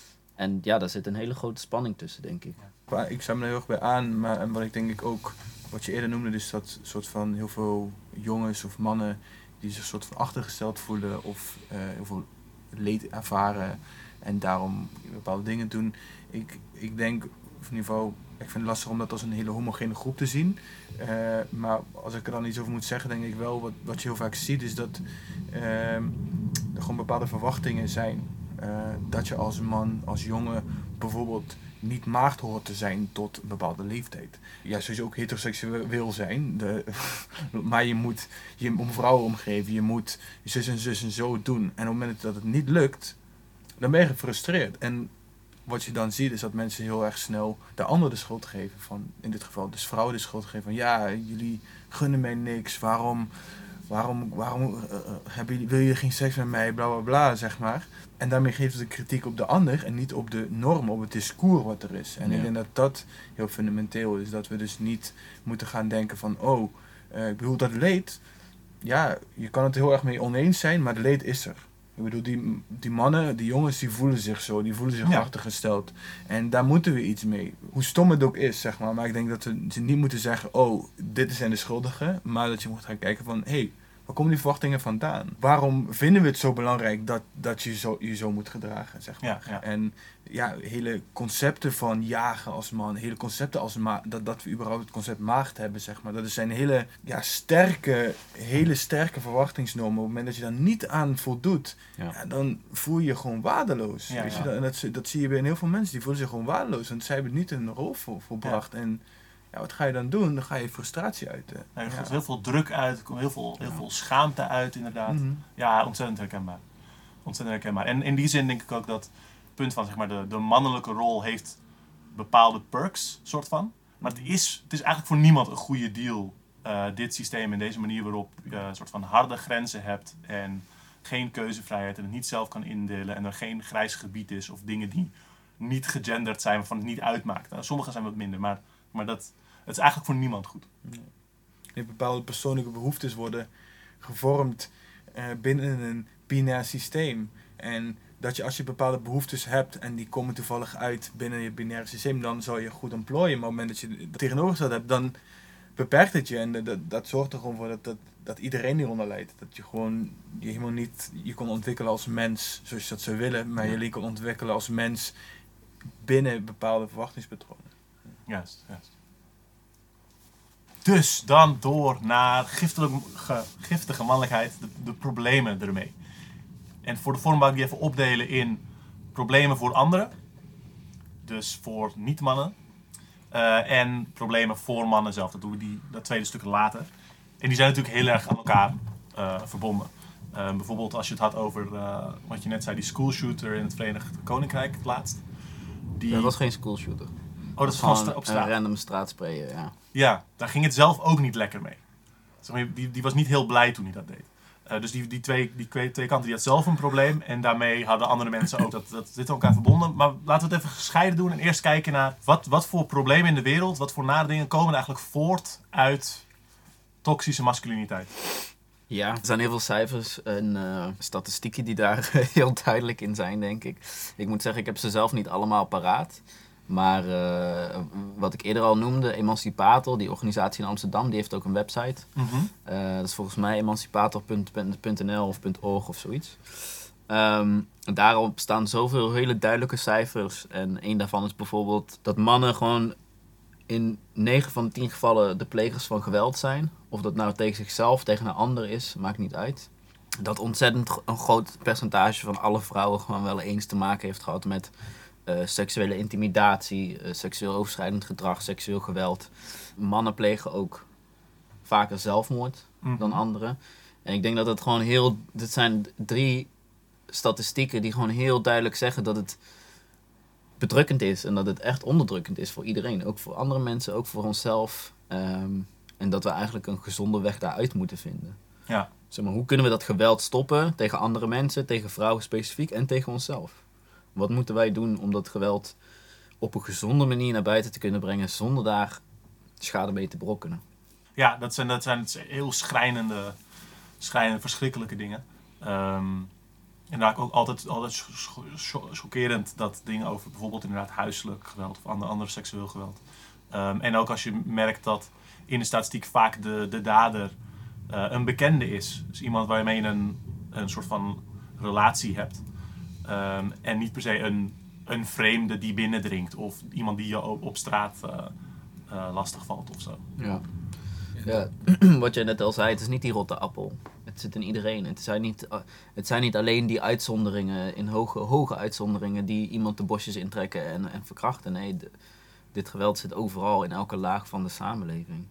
Speaker 2: En ja, daar zit een hele grote spanning tussen, denk ik.
Speaker 3: Ja, ik sluit me er heel erg bij aan, maar en wat ik denk ik ook, wat je eerder noemde, dus dat soort van heel veel jongens of mannen die zich soort van achtergesteld voelen of uh, heel veel leed ervaren en daarom bepaalde dingen doen. Ik, ik denk, of in ieder geval, ik vind het lastig om dat als een hele homogene groep te zien. Uh, maar als ik er dan iets over moet zeggen, denk ik wel, wat, wat je heel vaak ziet, is dat uh, er gewoon bepaalde verwachtingen zijn. Uh, dat je als man, als jongen, bijvoorbeeld niet maagd hoort te zijn tot een bepaalde leeftijd. Ja, sowieso ook heteroseksueel zijn, de, maar je moet je om vrouwen omgeven, je moet zus en zus en zo doen. En op het moment dat het niet lukt, dan ben je gefrustreerd. En wat je dan ziet is dat mensen heel erg snel de ander de schuld geven van, in dit geval dus vrouwen de schuld geven van ja, jullie gunnen mij niks, waarom, waarom, waarom uh, hebben jullie, wil je geen seks met mij, bla bla bla, zeg maar. En daarmee geeft het de kritiek op de ander en niet op de norm, op het discours wat er is. En ja. ik denk dat dat heel fundamenteel is, dat we dus niet moeten gaan denken van oh, uh, ik bedoel dat leed, ja, je kan het heel erg mee oneens zijn, maar de leed is er. Ik bedoel, die, die mannen, die jongens, die voelen zich zo, die voelen zich ja. achtergesteld. En daar moeten we iets mee. Hoe stom het ook is, zeg maar. Maar ik denk dat we ze niet moeten zeggen, oh, dit zijn de schuldigen. Maar dat je moet gaan kijken van, hé, hey, waar komen die verwachtingen vandaan? Waarom vinden we het zo belangrijk dat, dat je zo, je zo moet gedragen, zeg maar?
Speaker 1: Ja, ja.
Speaker 3: En ja, hele concepten van jagen als man, hele concepten als ma- dat, dat we überhaupt het concept maagd hebben, zeg maar. Dat zijn hele ja, sterke, hele sterke verwachtingsnormen. Op het moment dat je daar niet aan voldoet,
Speaker 2: Ja.
Speaker 3: ja, dan voel je je gewoon waardeloos.
Speaker 1: Ja,
Speaker 3: weet
Speaker 1: ja.
Speaker 3: je? Dat, en dat, dat zie je bij heel veel mensen, die voelen zich gewoon waardeloos, want zij hebben niet een rol vol, volbracht. En ja, wat ga je dan doen? Dan ga je frustratie uiten.
Speaker 1: Er
Speaker 3: Ja.
Speaker 1: komt heel veel druk uit, er komt heel veel, heel
Speaker 3: Ja.
Speaker 1: veel schaamte uit inderdaad.
Speaker 3: Mhm.
Speaker 1: Ja, ontzettend herkenbaar. Ontzettend herkenbaar. En in die zin denk ik ook dat het punt van zeg maar, de, de mannelijke rol heeft bepaalde perks, soort van. Maar het is, het is eigenlijk voor niemand een goede deal, uh, dit systeem en deze manier waarop je een soort van harde grenzen hebt en geen keuzevrijheid en het niet zelf kan indelen en er geen grijs gebied is of dingen die niet gegenderd zijn waarvan het niet uitmaakt. Nou, sommige zijn wat minder, maar, maar dat, het is eigenlijk voor niemand goed.
Speaker 3: Nee. Bepaalde persoonlijke behoeftes worden gevormd uh, binnen een binair systeem. En dat je als je bepaalde behoeftes hebt en die komen toevallig uit binnen je binaire systeem, dan zal je goed ontplooien. Maar op het moment dat je het tegenovergesteld hebt, dan beperkt het je. En dat, dat zorgt er gewoon voor dat, dat, dat iedereen hieronder leidt. Dat je gewoon je helemaal niet je kon ontwikkelen als mens zoals je dat zou willen, maar je kon ontwikkelen als mens binnen bepaalde verwachtingspatronen.
Speaker 1: Juist, juist. Dus dan door naar giftige, giftige mannelijkheid, de, de problemen ermee. En voor de vorm wou ik die even opdelen in problemen voor anderen, dus voor niet-mannen, uh, en problemen voor mannen zelf. Dat doen we die, dat tweede stuk later. En die zijn natuurlijk heel erg aan elkaar uh, verbonden. Uh, bijvoorbeeld als je het had over, uh, wat je net zei, die schoolshooter in het Verenigd Koninkrijk laatst. Die...
Speaker 2: Dat was geen schoolshooter.
Speaker 1: Oh, dat is gewoon sta- op straat.
Speaker 2: Een random straatsprayer, ja.
Speaker 1: Ja, daar ging het zelf ook niet lekker mee. Zeg maar, die, die was niet heel blij toen hij dat deed. Uh, dus die, die, twee, die twee, twee kanten, die had zelf een probleem. En daarmee hadden andere mensen ook dat, dat zit aan elkaar verbonden. Maar laten we het even gescheiden doen en eerst kijken naar wat, wat voor problemen in de wereld, wat voor nare dingen komen er eigenlijk voort uit toxische masculiniteit.
Speaker 2: Ja, er zijn heel veel cijfers en uh, statistieken die daar heel duidelijk in zijn, denk ik. Ik moet zeggen, ik heb ze zelf niet allemaal paraat. Maar uh, wat ik eerder al noemde, Emancipator, die organisatie in Amsterdam, die heeft ook een website.
Speaker 1: Mm-hmm.
Speaker 2: Uh, dat is volgens mij emancipator punt n l of .org of zoiets. Um, daarop staan zoveel hele duidelijke cijfers. En één daarvan is bijvoorbeeld dat mannen gewoon in negen van de tien gevallen de plegers van geweld zijn. Of dat nou tegen zichzelf, tegen een ander is, maakt niet uit. Dat ontzettend een groot percentage van alle vrouwen gewoon wel eens te maken heeft gehad met uh, seksuele intimidatie, uh, seksueel overschrijdend gedrag, seksueel geweld. Mannen plegen ook vaker zelfmoord
Speaker 1: Mm-hmm.
Speaker 2: dan anderen. En ik denk dat het gewoon heel... Dit zijn drie statistieken die gewoon heel duidelijk zeggen dat het bedrukkend is. En dat het echt onderdrukkend is voor iedereen. Ook voor andere mensen, ook voor onszelf. Um, en dat we eigenlijk een gezonde weg daaruit moeten vinden.
Speaker 1: Ja.
Speaker 2: Zeg maar, hoe kunnen we dat geweld stoppen tegen andere mensen, tegen vrouwen specifiek en tegen onszelf? Wat moeten wij doen om dat geweld op een gezonde manier naar buiten te kunnen brengen zonder daar schade mee te berokkenen?
Speaker 1: Ja, dat zijn, dat zijn heel schrijnende, schrijnende, verschrikkelijke dingen. Um, inderdaad ook altijd, altijd chockerend dat dingen over bijvoorbeeld inderdaad huiselijk geweld of ander, ander seksueel geweld. Um, en ook als je merkt dat in de statistiek vaak de, de dader uh, een bekende is. Dus iemand waarmee je een, een soort van relatie hebt. Um, en niet per se een, een vreemde die binnendringt of iemand die je op, op straat uh, uh, lastig valt of zo.
Speaker 2: Ja. Ja, wat je net al zei, het is niet die rotte appel. Het zit in iedereen. Het zijn niet, uh, het zijn niet alleen die uitzonderingen, in hoge, hoge uitzonderingen, die iemand de bosjes intrekken en, en verkrachten. Nee, de, dit geweld zit overal in elke laag van de samenleving.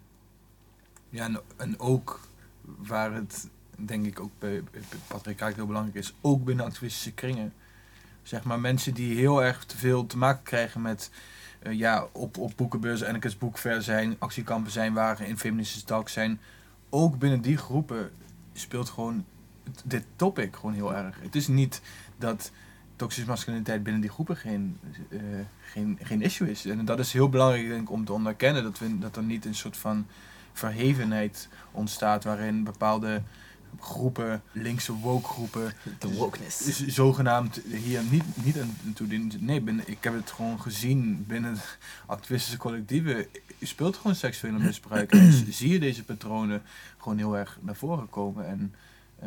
Speaker 3: Ja, en, en ook waar het, denk ik, ook bij, bij patriarchaat heel belangrijk is, ook binnen activistische kringen. Zeg maar mensen die heel erg te veel te maken krijgen met Uh, ja, op, op boekenbeurzen, Ennekes Boekfair zijn, actiekampen zijn, waarin feministische talks zijn. Ook binnen die groepen speelt gewoon dit topic gewoon heel erg. Het is niet dat toxische masculiniteit binnen die groepen geen, uh, geen, geen issue is. En dat is heel belangrijk, denk ik, om te onderkennen. Dat, we, dat er niet een soort van verhevenheid ontstaat waarin bepaalde groepen, linkse woke groepen,
Speaker 2: De wokeness.
Speaker 3: z- zogenaamd hier niet, niet aan toe dienen. Nee, binnen, ik heb het gewoon gezien binnen activistische collectieven. Je speelt gewoon seksuele misbruik. En z- zie je deze patronen gewoon heel erg naar voren komen. En uh,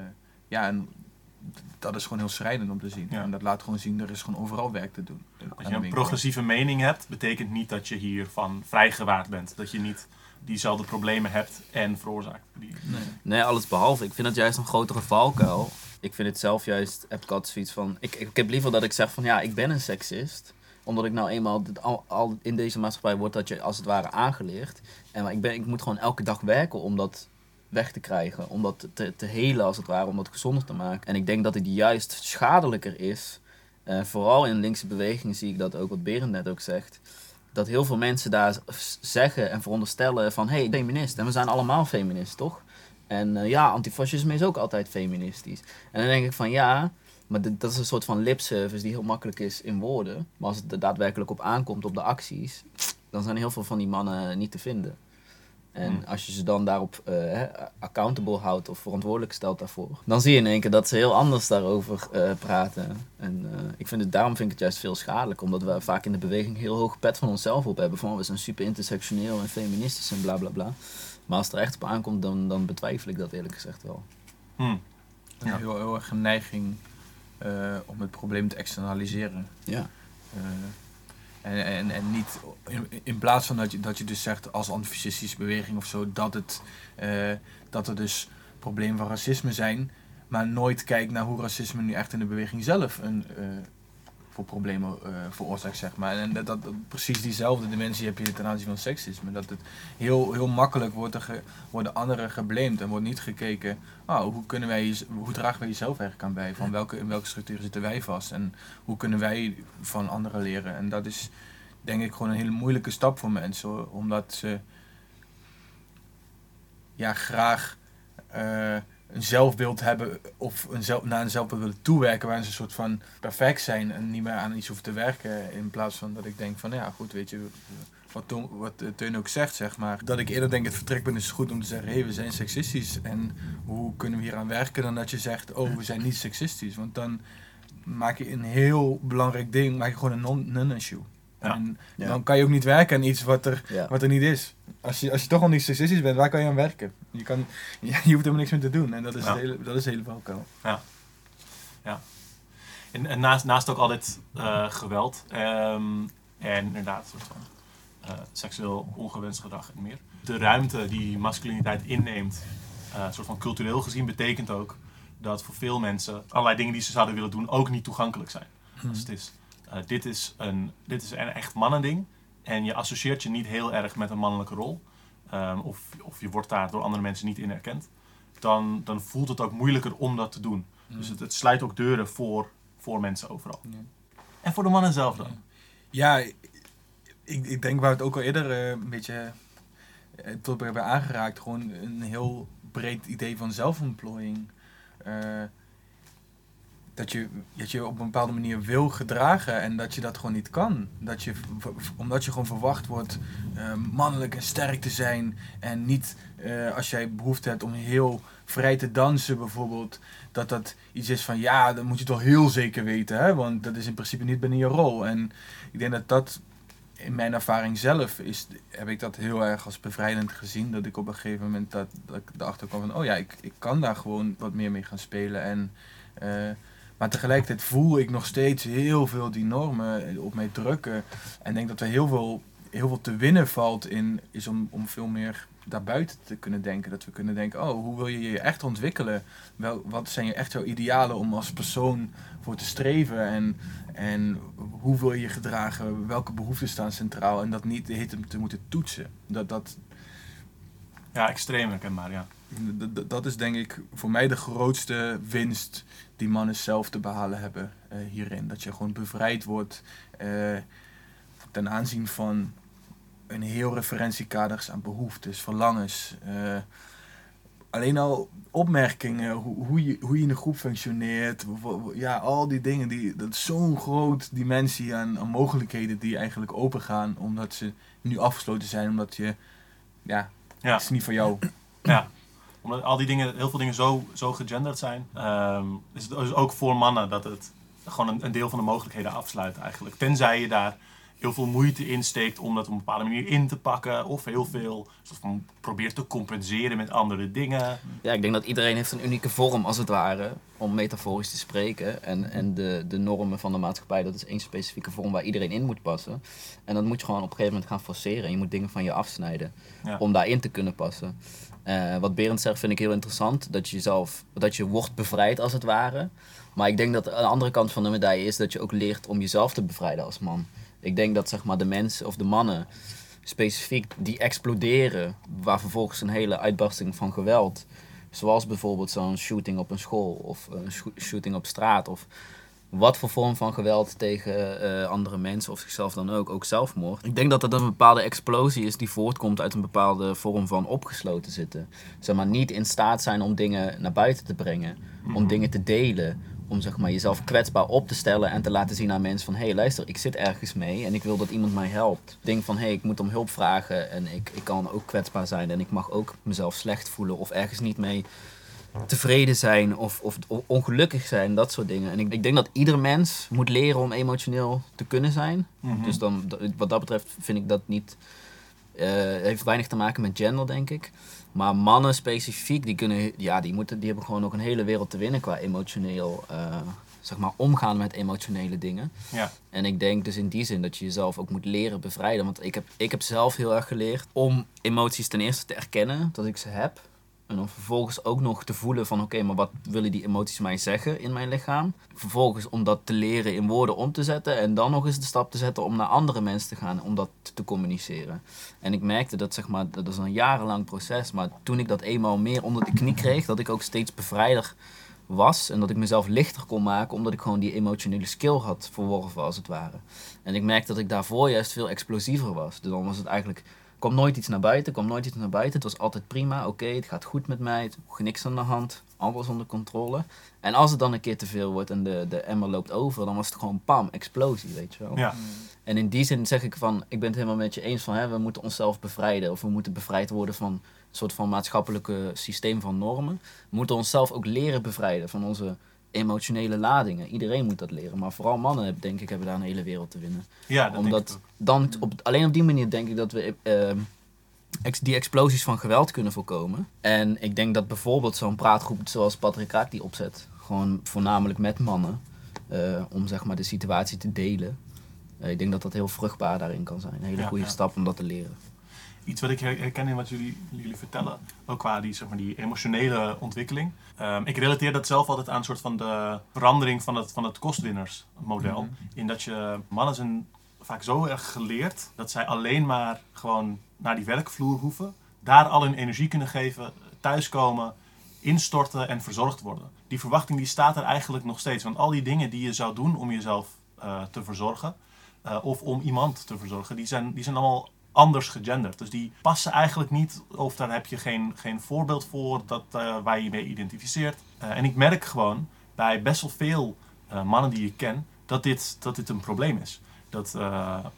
Speaker 3: ja, en dat is gewoon heel schrijnend om te zien.
Speaker 1: Ja.
Speaker 3: En dat laat gewoon zien, er is gewoon overal werk te doen.
Speaker 1: Als je een progressieve mening hebt, betekent niet dat je hiervan vrijgewaard bent. Dat je niet diezelfde problemen hebt en veroorzaakt. Die...
Speaker 3: Nee.
Speaker 2: Nee, alles behalve. Ik vind het juist een grotere valkuil. Ik vind het zelf juist, heb ik altijd zoiets van... Ik, ik heb liever dat ik zeg van, ja, ik ben een seksist. Omdat ik nou eenmaal, al, al in deze maatschappij wordt dat je als het ware aangeleerd. En maar ik, ben, ik moet gewoon elke dag werken om dat weg te krijgen. Om dat te, te helen als het ware, om dat gezonder te maken. En ik denk dat het juist schadelijker is. Uh, vooral in linkse bewegingen zie ik dat ook, wat Berend net ook zegt. Dat heel veel mensen daar zeggen en veronderstellen van... Hé, hey, feminist. En we zijn allemaal feminist, toch? En uh, ja, antifascisme is ook altijd feministisch. En dan denk ik van ja... Maar dit, dat is een soort van lipservice die heel makkelijk is in woorden. Maar als het er daadwerkelijk op aankomt, op de acties... Dan zijn heel veel van die mannen niet te vinden. En hmm. als je ze dan daarop uh, accountable houdt of verantwoordelijk stelt daarvoor... Dan zie je in één keer dat ze heel anders daarover uh, praten. En uh, ik vind het, daarom vind ik het juist veel schadelijk. Omdat we vaak in de beweging heel hoog pet van onszelf op hebben. Van we zijn super intersectioneel en feministisch en bla bla bla. Maar als het er echt op aankomt, dan, dan betwijfel ik dat eerlijk gezegd wel.
Speaker 1: Hmm.
Speaker 3: Ja. Heel, heel erg een neiging uh, om het probleem te externaliseren.
Speaker 2: Ja.
Speaker 3: Uh, En, en, en niet in, in plaats van dat je, dat je dus zegt als antifascistische beweging of zo dat het uh, dat er dus problemen van racisme zijn, maar nooit kijkt naar hoe racisme nu echt in de beweging zelf een uh, voor problemen uh, veroorzaakt, zeg maar. En dat, dat, dat precies diezelfde dimensie heb je ten aanzien van seksisme. Dat het heel, heel makkelijk wordt er ge, worden anderen geblamed en wordt niet gekeken, oh, hoe kunnen wij, hoe dragen wij jezelf eigenlijk aan bij? Van welke, in welke structuren zitten wij vast? En hoe kunnen wij van anderen leren? En dat is denk ik gewoon een hele moeilijke stap voor mensen, hoor, omdat ze ja, graag uh, een zelfbeeld hebben of een zelf, naar een zelfbeeld willen toewerken waarin ze een soort van perfect zijn en niet meer aan iets hoeven te werken, in plaats van dat ik denk van ja goed, weet je, wat, Tom, wat Teun ook zegt, zeg maar, dat ik eerder denk het vertrekpunt is goed om te zeggen, hé, hey, we zijn seksistisch en hoe kunnen we hier aan werken, dan dat je zegt, oh, we zijn niet seksistisch, want dan maak je een heel belangrijk ding, maak je gewoon een non- non-issue. Ja. En ja. dan kan je ook niet werken aan iets wat er, ja. wat er niet is. Als je, als je toch al niet seksistisch bent, waar kan je aan werken? Je, kan, je, je hoeft helemaal niks meer te doen. En dat is ja. het hele, dat is het hele valkuil.
Speaker 1: Ja. ja. En, en naast, naast ook altijd uh, geweld. Um, en inderdaad, een soort van uh, seksueel ongewenst gedrag en meer. De ruimte die masculiniteit inneemt, uh, soort van cultureel gezien, betekent ook dat voor veel mensen allerlei dingen die ze zouden willen doen ook niet toegankelijk zijn. Hmm. Dus het is... Uh, dit, is een, dit is een echt mannending en je associeert je niet heel erg met een mannelijke rol um, of, of je wordt daar door andere mensen niet in herkend, dan, dan voelt het ook moeilijker om dat te doen. Mm. Dus het, het sluit ook deuren voor, voor mensen overal. Ja. En voor de mannen zelf dan?
Speaker 3: Ja, ja ik, ik denk waar we het ook al eerder uh, een beetje uh, tot hebben aangeraakt, gewoon een heel breed idee van zelfontplooiing. Uh, Dat je, dat je op een bepaalde manier wil gedragen en dat je dat gewoon niet kan. Dat je, omdat je gewoon verwacht wordt uh, mannelijk en sterk te zijn. En niet uh, als jij behoefte hebt om heel vrij te dansen bijvoorbeeld. Dat dat iets is van ja, dat moet je toch heel zeker weten. Hè? Want dat is in principe niet binnen je rol. En ik denk dat dat in mijn ervaring zelf is, heb ik dat heel erg als bevrijdend gezien. Dat ik op een gegeven moment dat, dat ik erachter kwam van oh ja, ik, ik kan daar gewoon wat meer mee gaan spelen. En... Uh, Maar tegelijkertijd voel ik nog steeds heel veel die normen op mij drukken. En denk dat er heel veel, heel veel te winnen valt in, is om, om veel meer daarbuiten te kunnen denken. Dat we kunnen denken, oh, hoe wil je je echt ontwikkelen? Wel, wat zijn je echt jouw idealen om als persoon voor te streven? En, en hoe wil je je gedragen? Welke behoeften staan centraal? En dat niet de hele te moeten toetsen. Dat, dat,
Speaker 1: ja, extreem herkenbaar, ja.
Speaker 3: Dat, dat is denk ik voor mij de grootste winst die mannen zelf te behalen hebben uh, hierin. Dat je gewoon bevrijd wordt uh, ten aanzien van een heel referentiekaders aan behoeftes, verlangens. Uh, alleen al opmerkingen, hoe, hoe, je, hoe je in een groep functioneert. Ja, al die dingen. Die, dat is zo'n groot dimensie aan, aan mogelijkheden die eigenlijk opengaan. Omdat ze nu afgesloten zijn. Omdat je, ja,
Speaker 1: ja.
Speaker 3: het is niet voor jou.
Speaker 1: Ja. Omdat al die dingen, heel veel dingen zo, zo gegenderd zijn, um, is het dus ook voor mannen dat het gewoon een, een deel van de mogelijkheden afsluit eigenlijk. Tenzij je daar heel veel moeite in steekt om dat op een bepaalde manier in te pakken. Of heel veel soort van probeert te compenseren met andere dingen.
Speaker 2: Ja, ik denk dat iedereen heeft een unieke vorm als het ware, om metaforisch te spreken. En, en de, de normen van de maatschappij, dat is één specifieke vorm waar iedereen in moet passen. En dat moet je gewoon op een gegeven moment gaan forceren. En je moet dingen van je afsnijden
Speaker 1: Ja.
Speaker 2: om daarin te kunnen passen. Uh, wat Berend zegt vind ik heel interessant. Dat je jezelf, dat je wordt bevrijd als het ware. Maar ik denk dat de andere kant van de medaille is dat je ook leert om jezelf te bevrijden als man. Ik denk dat zeg maar, de mensen of de mannen specifiek die exploderen, waar vervolgens een hele uitbarsting van geweld, zoals bijvoorbeeld zo'n shooting op een school of een shooting op straat of wat voor vorm van geweld tegen uh, andere mensen of zichzelf dan ook, ook zelfmoord. Ik denk dat dat een bepaalde explosie is die voortkomt uit een bepaalde vorm van opgesloten zitten. Zeg maar niet in staat zijn om dingen naar buiten te brengen, om mm-hmm. dingen te delen, om zeg maar, jezelf kwetsbaar op te stellen en te laten zien aan mensen van hé hey, luister, ik zit ergens mee en ik wil dat iemand mij helpt. Denk van hé, hey, ik moet om hulp vragen en ik, ik kan ook kwetsbaar zijn en ik mag ook mezelf slecht voelen of ergens niet mee tevreden zijn of, of ongelukkig zijn, dat soort dingen. En ik, ik denk dat ieder mens moet leren om emotioneel te kunnen zijn. Mm-hmm. Dus dan, wat dat betreft vind ik dat niet, uh, heeft weinig te maken met gender, denk ik. Maar mannen specifiek, die kunnen, ja, die moeten, die hebben gewoon ook een hele wereld te winnen qua emotioneel, uh, zeg maar, omgaan met emotionele dingen.
Speaker 1: Ja.
Speaker 2: En ik denk dus in die zin dat je jezelf ook moet leren bevrijden. Want ik heb, ik heb zelf heel erg geleerd om emoties ten eerste te erkennen, dat ik ze heb. En dan vervolgens ook nog te voelen van oké, okay, maar wat willen die emoties mij zeggen in mijn lichaam? Vervolgens om dat te leren in woorden om te zetten. En dan nog eens de stap te zetten om naar andere mensen te gaan om dat te communiceren. En ik merkte dat, zeg maar, dat is een jarenlang proces. Maar toen ik dat eenmaal meer onder de knie kreeg, dat ik ook steeds bevrijder was. En dat ik mezelf lichter kon maken, omdat ik gewoon die emotionele skill had verworven als het ware. En ik merkte dat ik daarvoor juist veel explosiever was. Dus dan was het eigenlijk... Er kwam nooit iets naar buiten, kwam nooit iets naar buiten. Het was altijd prima, oké, okay, het gaat goed met mij, het is niks aan de hand, alles onder controle. En als het dan een keer te veel wordt en de, de emmer loopt over, dan was het gewoon pam, explosie, weet je wel.
Speaker 1: Ja.
Speaker 2: En in die zin zeg ik van, ik ben het helemaal met je eens van, hè, we moeten onszelf bevrijden. Of we moeten bevrijd worden van een soort van maatschappelijke systeem van normen. We moeten onszelf ook leren bevrijden van onze emotionele ladingen. Iedereen moet dat leren, maar vooral mannen, denk ik, hebben daar een hele wereld te winnen.
Speaker 1: Ja, dat
Speaker 2: Omdat
Speaker 1: denk ik ook.
Speaker 2: Dan op, alleen op die manier denk ik dat we uh, ex, die explosies van geweld kunnen voorkomen. En ik denk dat bijvoorbeeld zo'n praatgroep zoals Patrick Kraak die opzet, gewoon voornamelijk met mannen, uh, om zeg maar de situatie te delen. Uh, ik denk dat dat heel vruchtbaar daarin kan zijn. Een hele
Speaker 1: ja,
Speaker 2: goede
Speaker 1: ja.
Speaker 2: stap om dat te leren.
Speaker 1: Iets wat ik herken in wat jullie, jullie vertellen, ook qua die, zeg maar, die emotionele ontwikkeling. Um, ik relateer dat zelf altijd aan een soort van de verandering van het, van het kostwinnersmodel. Mm-hmm. In dat je mannen zijn vaak zo erg geleerd dat zij alleen maar gewoon naar die werkvloer hoeven. Daar al hun energie kunnen geven, thuiskomen, instorten en verzorgd worden. Die verwachting die staat er eigenlijk nog steeds. Want al die dingen die je zou doen om jezelf uh, te verzorgen, uh, of om iemand te verzorgen, die zijn, die zijn allemaal anders gegenderd. Dus die passen eigenlijk niet, of daar heb je geen, geen voorbeeld voor dat, uh, waar je je mee identificeert. Uh, en ik merk gewoon bij best wel veel uh, mannen die ik ken, dat dit, dat dit een probleem is. Dat uh,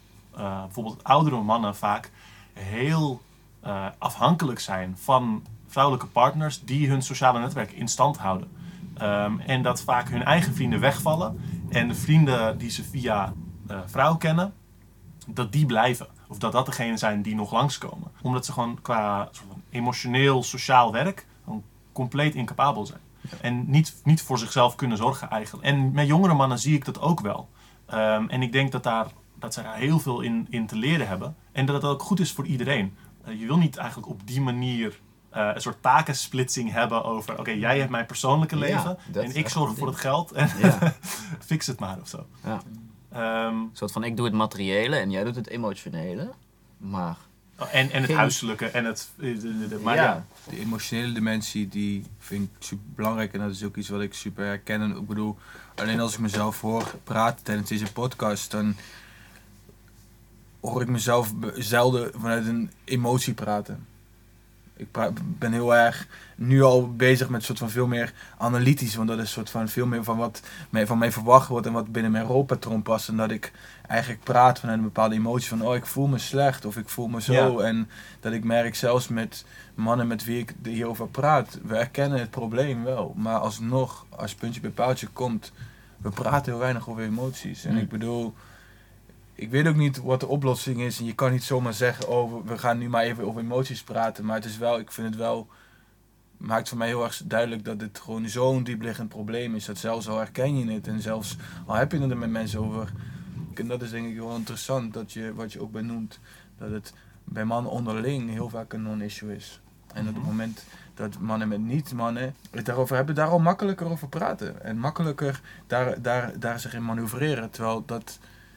Speaker 1: uh, bijvoorbeeld oudere mannen vaak heel uh, afhankelijk zijn van vrouwelijke partners die hun sociale netwerk in stand houden. Um, en dat vaak hun eigen vrienden wegvallen en de vrienden die ze via uh, vrouw kennen, dat die blijven. Of dat dat degenen zijn die nog langskomen. Omdat ze gewoon qua soort van emotioneel, sociaal werk gewoon compleet incapabel zijn. Ja. En niet, niet voor zichzelf kunnen zorgen eigenlijk. En met jongere mannen zie ik dat ook wel. Um, en ik denk dat, daar, dat zij daar heel veel in, in te leren hebben. En dat het ook goed is voor iedereen. Uh, je wil niet eigenlijk op die manier uh, een soort takensplitsing hebben over... Oké, okay, jij hebt mijn persoonlijke leven ja, en ik zorg voor het geld. En ja. fix het maar of zo.
Speaker 2: Ja.
Speaker 1: Um,
Speaker 2: een soort van, ik doe het materiële en jij doet het emotionele, maar...
Speaker 1: En, en het geen... huiselijke en het... De, de, de, maar ja. ja.
Speaker 3: De emotionele dimensie, die vind ik super belangrijk en dat is ook iets wat ik super herken. En ik bedoel, alleen als ik mezelf hoor praten tijdens deze podcast, dan hoor ik mezelf zelden vanuit een emotie praten. Ik pra- ben heel erg nu al bezig met een soort van veel meer analytisch. Want dat is een soort van veel meer van wat mij, van mij verwacht wordt en wat binnen mijn rolpatroon past. En dat ik eigenlijk praat vanuit een bepaalde emotie van oh ik voel me slecht of ik voel me zo.
Speaker 1: Ja.
Speaker 3: En dat ik merk zelfs met mannen met wie ik hierover praat, we erkennen het probleem wel. Maar alsnog, als puntje bij paaltje komt, we praten heel weinig over emoties. En
Speaker 2: Mm.
Speaker 3: ik bedoel... Ik weet ook niet wat de oplossing is en je kan niet zomaar zeggen, oh, we gaan nu maar even over emoties praten, maar het is wel, ik vind het wel, maakt voor mij heel erg duidelijk dat dit gewoon zo'n diepliggend probleem is, dat zelfs al herken je het en zelfs al heb je het er met mensen over, en dat is denk ik wel interessant, dat je, wat je ook benoemt, dat het bij mannen onderling heel vaak een non-issue is. En op het moment dat mannen met niet-mannen het daarover hebben, daar al makkelijker over praten en makkelijker daar, daar, daar zich in manoeuvreren, terwijl dat...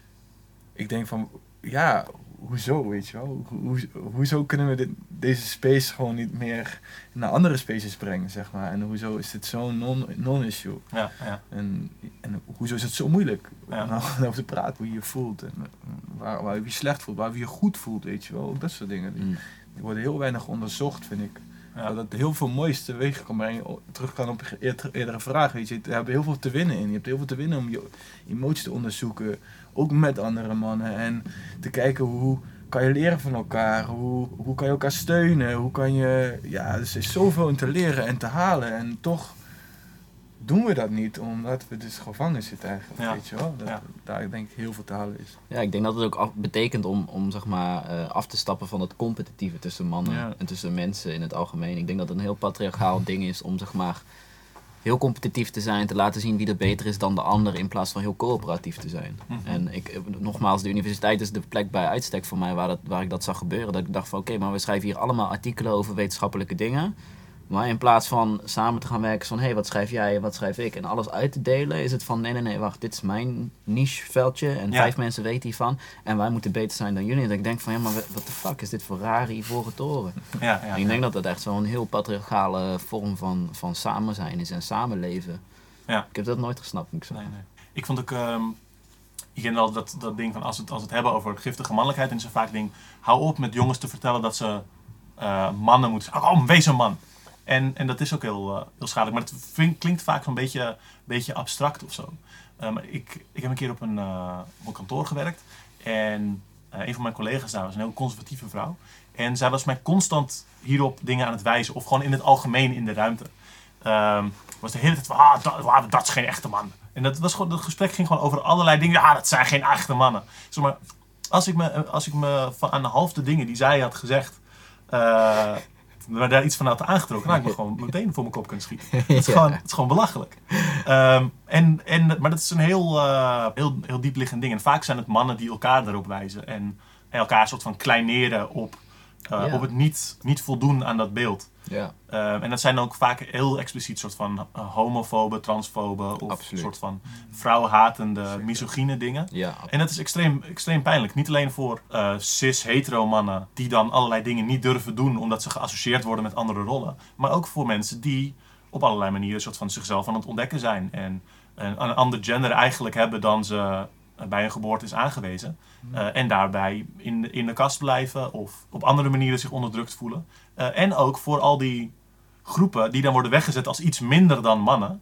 Speaker 3: Ik denk van, ja, hoezo, weet je wel? Ho- hoe, hoezo kunnen we dit, deze space gewoon niet meer naar andere spaces brengen, zeg maar? En hoezo is dit zo'n non, non-issue?
Speaker 1: Ja, ja.
Speaker 3: En, en hoezo is het zo moeilijk
Speaker 1: Ja.
Speaker 3: om nou over te praten, hoe je je voelt? En waar, waar je je slecht voelt, waar je je goed voelt, weet je wel? Ook dat soort dingen. Die,
Speaker 2: Mm.
Speaker 3: die worden heel weinig onderzocht, vind ik.
Speaker 1: Ja.
Speaker 3: Dat het heel veel moois teweeg kan brengen. O- Terug kan op je eer- eerdere vraag, weet je. Je hebt heel veel te winnen in. Je hebt heel veel te winnen om je emoties te onderzoeken. Ook met andere mannen. En te kijken hoe kan je leren van elkaar. Hoe, hoe kan je elkaar steunen. Hoe kan je... Ja, er is zoveel in te leren en te halen. En toch doen we dat niet. Omdat we dus gevangen zitten eigenlijk.
Speaker 1: Ja.
Speaker 3: Weet je wel. Dat,
Speaker 1: Ja.
Speaker 3: Daar denk ik heel veel te halen is.
Speaker 2: Ja, ik denk dat het ook af- betekent om, om zeg maar, eh, af te stappen van het competitieve tussen mannen
Speaker 3: Ja.
Speaker 2: en tussen mensen in het algemeen. Ik denk dat het een heel patriarchaal ding is om zeg maar, heel competitief te zijn, te laten zien wie er beter is dan de ander, in plaats van heel coöperatief te zijn.
Speaker 1: Mhm.
Speaker 2: En ik, eh, nogmaals, de universiteit is de plek bij uitstek voor mij waar, dat, waar ik dat zag gebeuren. Dat ik dacht van oké, maar we schrijven hier allemaal artikelen over wetenschappelijke dingen. Maar in plaats van samen te gaan werken van hé, hey, wat schrijf jij en wat schrijf ik en alles uit te delen, is het van nee, nee, nee, wacht, dit is mijn niche-veldje en
Speaker 1: Ja.
Speaker 2: vijf mensen weten hiervan en wij moeten beter zijn dan jullie. En dat ik denk van ja, maar wat de fuck is dit voor rare ivoren toren?
Speaker 1: Ja, ja,
Speaker 2: En ik denk dat dat echt zo'n heel patriarchale vorm van, van samen zijn is en samenleven.
Speaker 1: Ja.
Speaker 2: Ik heb dat nooit gesnapt, moet ik
Speaker 1: Nee,
Speaker 2: zeggen.
Speaker 1: nee. Ik vond ook, ehm je kent al dat, dat ding van als we het, als we het hebben over giftige mannelijkheid, en is er vaak ding, hou op met jongens te vertellen dat ze eh, mannen moeten zijn. Oh, wees een man. En, en dat is ook heel, uh, heel schadelijk, maar het vind, klinkt vaak zo'n beetje, beetje abstract of zo. Um, ik, ik heb een keer op een, uh, op een kantoor gewerkt en uh, een van mijn collega's daar was een heel conservatieve vrouw. En zij was mij constant hierop dingen aan het wijzen, of gewoon in het algemeen in de ruimte. Um, was de hele tijd van, ah, dat, ah, dat is geen echte man. En dat, was gewoon, dat gesprek ging gewoon over allerlei dingen. Ja, dat zijn geen echte mannen. Zeg maar, als ik me, als ik me van aan de half de dingen die zij had gezegd, uh, maar daar iets van had aangetrokken, dan had ik me gewoon meteen voor mijn kop kunnen schieten. Het is,
Speaker 2: Ja.
Speaker 1: gewoon, het is gewoon belachelijk. Um, en, en, maar dat is een heel, uh, heel, heel diep liggend ding. En vaak zijn het mannen die elkaar daarop wijzen. En, en elkaar een soort van kleineren op, uh,
Speaker 2: Ja.
Speaker 1: op het niet, niet voldoen aan dat beeld.
Speaker 2: Ja,
Speaker 1: Um, en dat zijn ook vaak heel expliciet soort van uh, homofobe, transfobe of
Speaker 2: Absoluut.
Speaker 1: soort van vrouwhatende, misogyne dingen.
Speaker 2: ja,
Speaker 1: En dat is extreem, extreem pijnlijk. Niet alleen voor uh, cis-hetero mannen die dan allerlei dingen niet durven doen omdat ze geassocieerd worden met andere rollen. Maar ook voor mensen die op allerlei manieren soort van zichzelf aan het ontdekken zijn. En een, een ander gender eigenlijk hebben dan ze uh, bij hun geboorte is aangewezen. Uh, en daarbij in, de- in de kast blijven of op andere manieren zich onderdrukt voelen. Uh, en ook voor al die groepen die dan worden weggezet als iets minder dan mannen.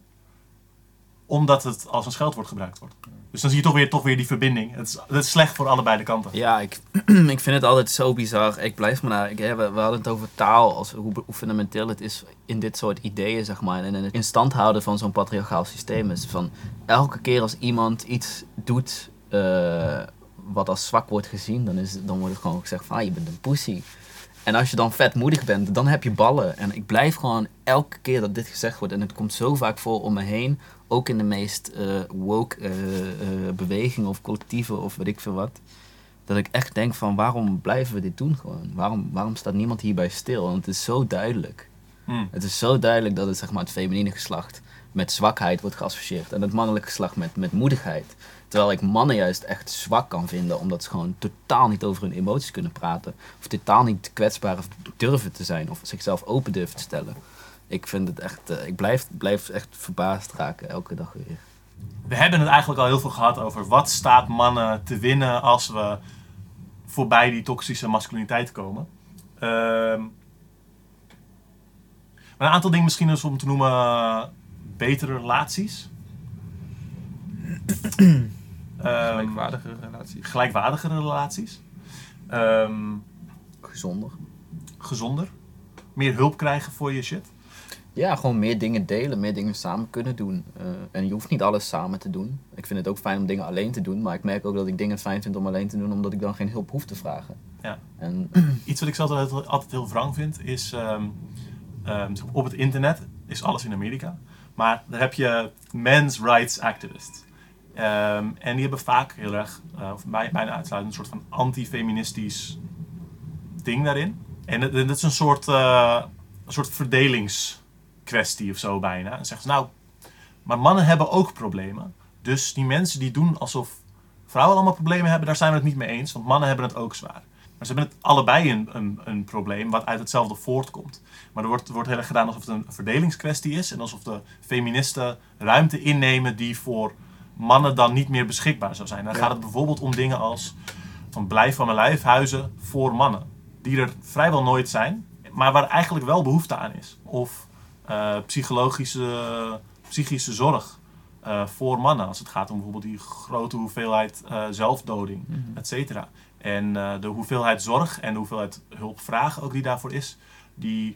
Speaker 1: Omdat het als een scheldwoord gebruikt wordt. Dus dan zie je toch weer, toch weer die verbinding. Het is, het is slecht voor allebei de kanten.
Speaker 2: ja ik, ik vind het altijd zo bizar. Ik blijf me daar. Ik, hè, we, we hadden het over taal, als, hoe, hoe fundamenteel het is in dit soort ideeën, zeg maar. En in het in stand houden van zo'n patriarchaal systeem. Is van elke keer als iemand iets doet uh, wat als zwak wordt gezien, dan, is, dan wordt het gewoon gezegd van ah, je bent een pussy. En als je dan vetmoedig bent, dan heb je ballen. En ik blijf gewoon elke keer dat dit gezegd wordt. En het komt zo vaak voor om me heen. Ook in de meest uh, woke uh, uh, bewegingen of collectieven of weet ik veel wat. Dat ik echt denk van waarom blijven we dit doen gewoon? Waarom, waarom staat niemand hierbij stil? Want het is zo duidelijk.
Speaker 1: Hmm.
Speaker 2: Het is zo duidelijk dat het, zeg maar, het feminine geslacht met zwakheid wordt geassocieerd. En het mannelijke geslacht met, met moedigheid. Terwijl ik mannen juist echt zwak kan vinden, omdat ze gewoon totaal niet over hun emoties kunnen praten. Of totaal niet kwetsbaar of durven te zijn, of zichzelf open durven te stellen. Ik vind het echt, uh, ik blijf, blijf echt verbaasd raken, elke dag weer.
Speaker 1: We hebben het eigenlijk al heel veel gehad over wat staat mannen te winnen als we voorbij die toxische masculiniteit komen. Um, Een aantal dingen misschien is om te noemen uh, betere relaties. um,
Speaker 3: Gelijkwaardige relaties.
Speaker 1: Gelijkwaardige relaties. Um,
Speaker 2: Gezonder.
Speaker 1: Gezonder. Meer hulp krijgen voor je shit.
Speaker 2: Ja, gewoon meer dingen delen, meer dingen samen kunnen doen. Uh, en je hoeft niet alles samen te doen. Ik vind het ook fijn om dingen alleen te doen, maar ik merk ook dat ik dingen fijn vind om alleen te doen, omdat ik dan geen hulp hoef te vragen.
Speaker 1: Ja.
Speaker 2: En
Speaker 1: iets wat ik zelf altijd, altijd heel wrang vind, is um, um, op het internet is alles in Amerika. Maar daar heb je men's rights activists. Um, en die hebben vaak heel erg, uh, of bij, bijna uitsluitend, een soort van anti-feministisch ding daarin. En dat, dat is een soort, uh, een soort verdelingskwestie of zo bijna. En zeggen ze, nou, maar mannen hebben ook problemen. Dus die mensen die doen alsof vrouwen allemaal problemen hebben, daar zijn we het niet mee eens. Want mannen hebben het ook zwaar. Maar ze hebben het allebei een, een, een probleem wat uit hetzelfde voortkomt. Maar er wordt, wordt heel erg gedaan alsof het een verdelingskwestie is. En alsof de feministen ruimte innemen die voor mannen dan niet meer beschikbaar zou zijn. Dan ja. gaat het bijvoorbeeld om dingen als van blijf van mijn lijfhuizen voor mannen. Die er vrijwel nooit zijn, maar waar eigenlijk wel behoefte aan is. Of uh, psychologische, psychische zorg uh, voor mannen. Als het gaat om bijvoorbeeld die grote hoeveelheid uh, zelfdoding, mm-hmm. et cetera. En uh, de hoeveelheid zorg en de hoeveelheid hulpvraag ook die daarvoor is, die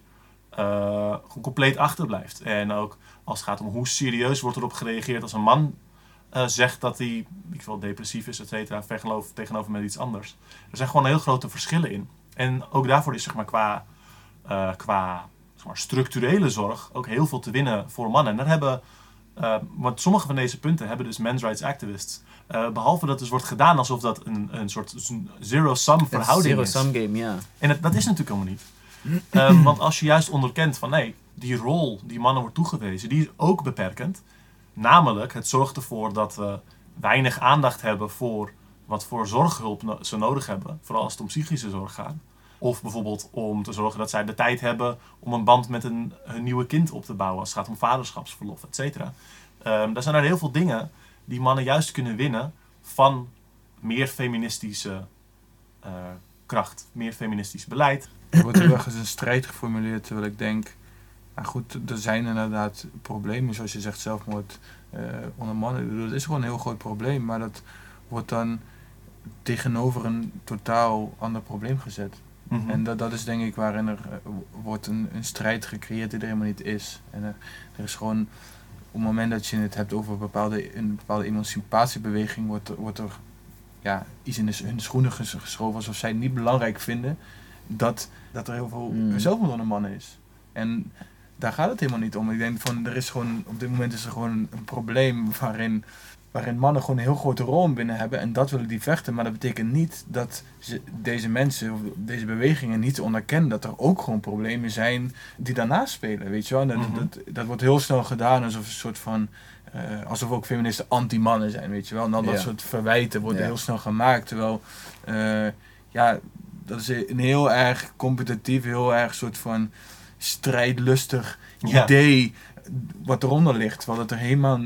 Speaker 1: uh, compleet achterblijft. En ook als het gaat om hoe serieus wordt erop gereageerd als een man uh, zegt dat hij ik wil, depressief is, et cetera, tegenover, tegenover met iets anders. Er zijn gewoon heel grote verschillen in. En ook daarvoor is zeg maar, qua, uh, qua zeg maar, structurele zorg ook heel veel te winnen voor mannen. En daar hebben, uh, want sommige van deze punten hebben dus men's rights activists. Uh, behalve dat dus wordt gedaan alsof dat een, een soort zero-sum verhouding
Speaker 2: zero
Speaker 1: is.
Speaker 2: Zero-sum game, ja.
Speaker 1: En het, dat is natuurlijk helemaal niet. Um, want als je juist onderkent van nee, die rol die mannen wordt toegewezen, die is ook beperkend. Namelijk, het zorgt ervoor dat we weinig aandacht hebben voor wat voor zorghulp no- ze nodig hebben. Vooral als het om psychische zorg gaat. Of bijvoorbeeld om te zorgen dat zij de tijd hebben om een band met een, een nieuwe kind op te bouwen. Als het gaat om vaderschapsverlof, et cetera. Um, daar zijn er heel veel dingen die mannen juist kunnen winnen van meer feministische uh, kracht. Meer feministisch beleid.
Speaker 3: Er wordt heel erg eens een strijd geformuleerd, terwijl ik denk, nou goed, er zijn inderdaad problemen, zoals je zegt, zelfmoord uh, onder mannen. Dat is gewoon een heel groot probleem, maar dat wordt dan tegenover een totaal ander probleem gezet. Mm-hmm. En dat, dat is denk ik waarin er uh, wordt een, een strijd gecreëerd die er helemaal niet is. En uh, er is gewoon, op het moment dat je het hebt over een bepaalde, een bepaalde emancipatiebeweging, wordt, wordt er ja, iets in de, hun schoenen geschoven alsof zij het niet belangrijk vinden dat, dat er heel veel mm. zelfmoord onder mannen is. En daar gaat het helemaal niet om. Ik denk van, er is gewoon, op dit moment is er gewoon een probleem waarin, waarin mannen gewoon een heel grote rol binnen hebben en dat willen die vechten. Maar dat betekent niet dat ze, deze mensen, of deze bewegingen niet onderkennen dat er ook gewoon problemen zijn die daarnaast spelen, weet je wel. Dat, mm-hmm. dat, dat wordt heel snel gedaan alsof een soort van, uh, alsof ook feministen anti-mannen zijn, weet je wel. En dan dat ja. soort verwijten worden ja. heel snel gemaakt, terwijl, uh, ja, dat is een heel erg competitief, heel erg soort van strijdlustig ja. idee wat eronder ligt. Terwijl dat er helemaal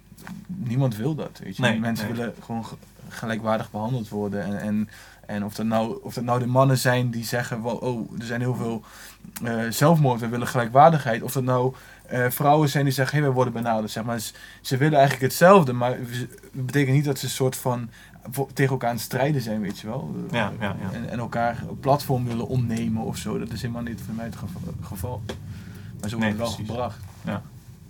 Speaker 3: niemand wil dat. Weet je? Nee, mensen nee. willen gewoon gelijkwaardig behandeld worden. En, en, en of, dat nou, of dat nou de mannen zijn die zeggen, well, oh, er zijn heel veel uh, zelfmoord, we willen gelijkwaardigheid. Of dat nou uh, vrouwen zijn die zeggen, hey, we worden benaderd. Zeg maar. Ze, ze willen eigenlijk hetzelfde, maar het betekent niet dat ze een soort van tegen elkaar aan het strijden zijn, weet je wel.
Speaker 1: Ja, ja, ja.
Speaker 3: En, en elkaar een platform willen omnemen of zo. Dat is helemaal niet voor mij het geval. Maar zo wordt het wel
Speaker 1: precies.
Speaker 3: gebracht.
Speaker 1: Ja.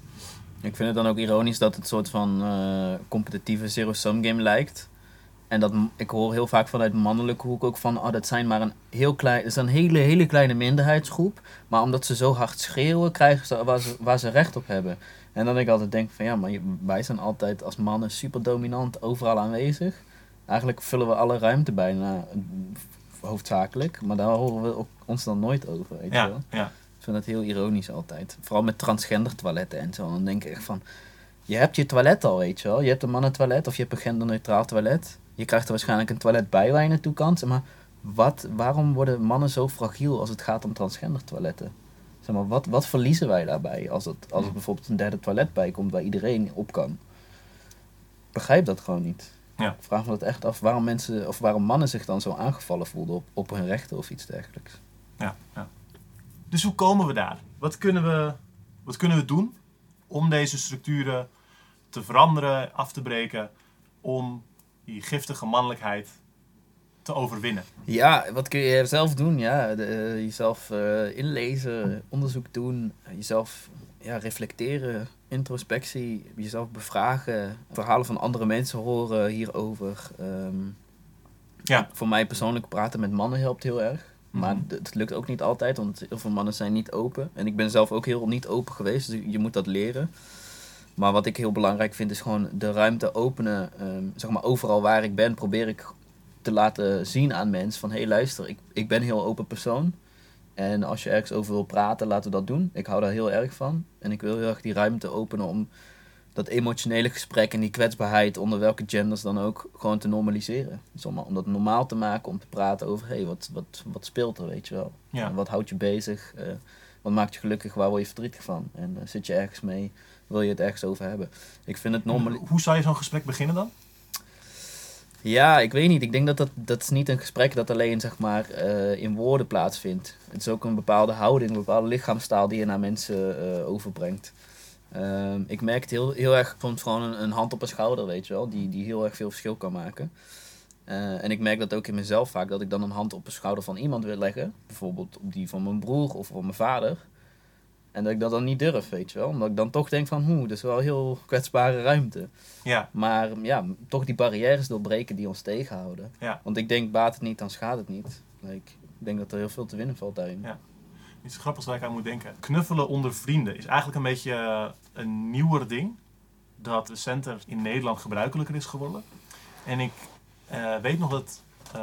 Speaker 2: Ik vind het dan ook ironisch dat het soort van uh, competitieve zero-sum game lijkt. En dat ik hoor heel vaak vanuit mannelijke hoek ook van, oh, dat zijn maar een heel klein, dat is een hele, hele kleine minderheidsgroep. Maar omdat ze zo hard schreeuwen, krijgen ze waar ze, waar ze recht op hebben. En dan ik altijd denk van, ja, maar wij zijn altijd als mannen super dominant overal aanwezig. Eigenlijk vullen we alle ruimte bijna, hoofdzakelijk. Maar daar horen we ons dan nooit over, weet
Speaker 1: ja,
Speaker 2: je wel.
Speaker 1: Ja.
Speaker 2: Ik vind dat heel ironisch altijd. Vooral met transgender toiletten en zo. Dan denk ik echt van, je hebt je toilet al, weet je wel. Je hebt een mannentoilet of je hebt een genderneutraal toilet. Je krijgt er waarschijnlijk een toilet bij waar je naartoe kan. Maar wat, waarom worden mannen zo fragiel als het gaat om transgender toiletten? Zeg maar, wat, wat verliezen wij daarbij als, het, als er bijvoorbeeld een derde toilet bij komt waar iedereen op kan? Ik begrijp dat gewoon niet.
Speaker 1: Ja.
Speaker 2: Ik vraag me dat echt af waarom mensen of waarom mannen zich dan zo aangevallen voelden op, op hun rechten of iets dergelijks.
Speaker 1: Ja, ja. Dus hoe komen we daar? Wat kunnen we, wat kunnen we doen om deze structuren te veranderen, af te breken, om die giftige mannelijkheid te overwinnen?
Speaker 2: Ja, wat kun je zelf doen? Ja, de, uh, jezelf uh, inlezen, onderzoek doen, jezelf ja, reflecteren, introspectie, jezelf bevragen, verhalen van andere mensen horen hierover. Um,
Speaker 1: ja.
Speaker 2: Voor mij persoonlijk praten met mannen helpt heel erg. Maar
Speaker 1: Mm-hmm.
Speaker 2: het lukt ook niet altijd, want heel veel mannen zijn niet open. En ik ben zelf ook heel niet open geweest, dus je moet dat leren. Maar wat ik heel belangrijk vind, is gewoon de ruimte openen. Um, zeg maar overal waar ik ben, probeer ik te laten zien aan mensen van... hé, hey, luister, ik, ik ben een heel open persoon. En als je ergens over wil praten, laten we dat doen. Ik hou daar heel erg van. En ik wil heel erg die ruimte openen om dat emotionele gesprek en die kwetsbaarheid... onder welke genders dan ook, gewoon te normaliseren. Dus om, om dat normaal te maken, om te praten over... hé, hey, wat, wat, wat speelt er, weet je wel?
Speaker 1: Ja.
Speaker 2: En wat houdt je bezig? Uh, wat maakt je gelukkig? Waar word je verdrietig van? En uh, zit je ergens mee? Wil je het ergens over hebben? Ik vind het normaal.
Speaker 1: Hoe zou je zo'n gesprek beginnen dan?
Speaker 2: Ja, ik weet niet. Ik denk dat dat, dat is niet een gesprek dat alleen zeg maar, uh, in woorden plaatsvindt. Het is ook een bepaalde houding, een bepaalde lichaamstaal die je naar mensen uh, overbrengt. Uh, ik merk het heel, heel erg, soms gewoon een, een hand op een schouder, weet je wel, die, die heel erg veel verschil kan maken. Uh, en ik merk dat ook in mezelf vaak, dat ik dan een hand op de schouder van iemand wil leggen. Bijvoorbeeld op die van mijn broer of van mijn vader. En dat ik dat dan niet durf, weet je wel. Omdat ik dan toch denk van, hoe, dat is wel een heel kwetsbare ruimte.
Speaker 1: Ja.
Speaker 2: Maar ja, toch die barrières doorbreken die ons tegenhouden.
Speaker 1: Ja.
Speaker 2: Want ik denk, baat het niet, dan schaadt het niet. Like, ik denk dat er heel veel te winnen valt daarin.
Speaker 1: Ja. Iets grappigs waar ik aan moet denken. Knuffelen onder vrienden is eigenlijk een beetje uh, een nieuwer ding. Dat recenter in Nederland gebruikelijker is geworden. En ik uh, weet nog dat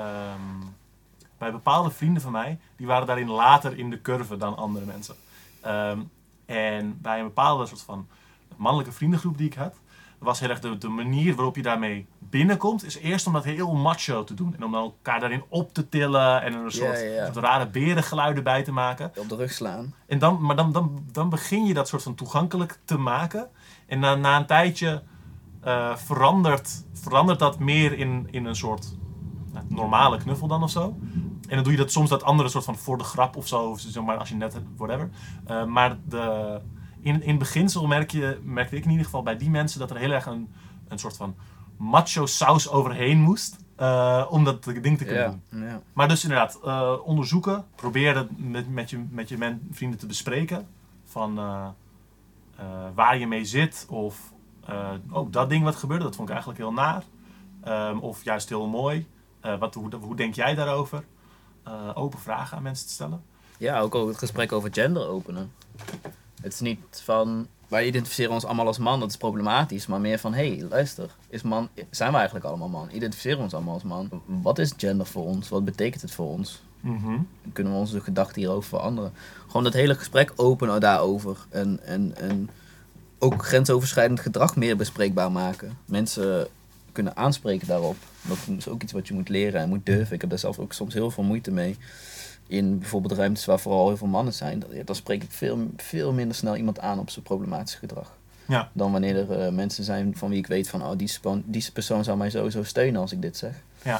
Speaker 1: um, bij bepaalde vrienden van mij, die waren daarin later in de curve dan andere mensen. Um, en bij een bepaalde soort van mannelijke vriendengroep die ik had, was heel erg de, de manier waarop je daarmee binnenkomt, is eerst om dat heel macho te doen. En om dan elkaar daarin op te tillen en er een soort,
Speaker 2: Ja, ja, ja.
Speaker 1: soort rare berengeluiden bij te maken.
Speaker 2: Op de rug slaan.
Speaker 1: En dan, maar dan, dan, dan begin je dat soort van toegankelijk te maken. En na, na een tijdje uh, verandert, verandert dat meer in, in een soort nou, normale knuffel dan of zo. En dan doe je dat soms dat andere soort van voor de grap of zo. Of zeg maar als je net hebt, whatever. Uh, maar de, in, in beginsel merk je, merkte ik in ieder geval bij die mensen dat er heel erg een, een soort van macho saus overheen moest. Uh, om dat ding te kunnen
Speaker 2: Ja,
Speaker 1: doen.
Speaker 2: ja.
Speaker 1: Maar dus inderdaad, uh, onderzoeken. Probeer dat met, met je, met je men, vrienden te bespreken. Van uh, uh, waar je mee zit. Of uh, oh, dat ding wat gebeurde, dat vond ik eigenlijk heel naar. Um, of juist heel mooi. Uh, wat, hoe, hoe denk jij daarover? Uh, open vragen aan mensen te stellen.
Speaker 2: Ja, ook over het gesprek over gender openen. Het is niet van, wij identificeren ons allemaal als man, dat is problematisch. Maar meer van, hé, hey, luister, is man, zijn we eigenlijk allemaal man? Identificeren we ons allemaal als man? Wat is gender voor ons? Wat betekent het voor ons?
Speaker 1: Mm-hmm.
Speaker 2: Kunnen we onze gedachten hierover veranderen? Gewoon dat hele gesprek openen daarover. En, en, en ook grensoverschrijdend gedrag meer bespreekbaar maken. Mensen kunnen aanspreken daarop. Dat is ook iets wat je moet leren en moet durven. Ik heb daar zelf ook soms heel veel moeite mee. In bijvoorbeeld ruimtes waar vooral heel veel mannen zijn. Dan spreek ik veel, veel minder snel iemand aan op zijn problematische gedrag.
Speaker 1: Ja.
Speaker 2: Dan wanneer er uh, mensen zijn van wie ik weet van... oh, die, spo- die persoon zou mij sowieso steunen als ik dit zeg.
Speaker 1: Ja.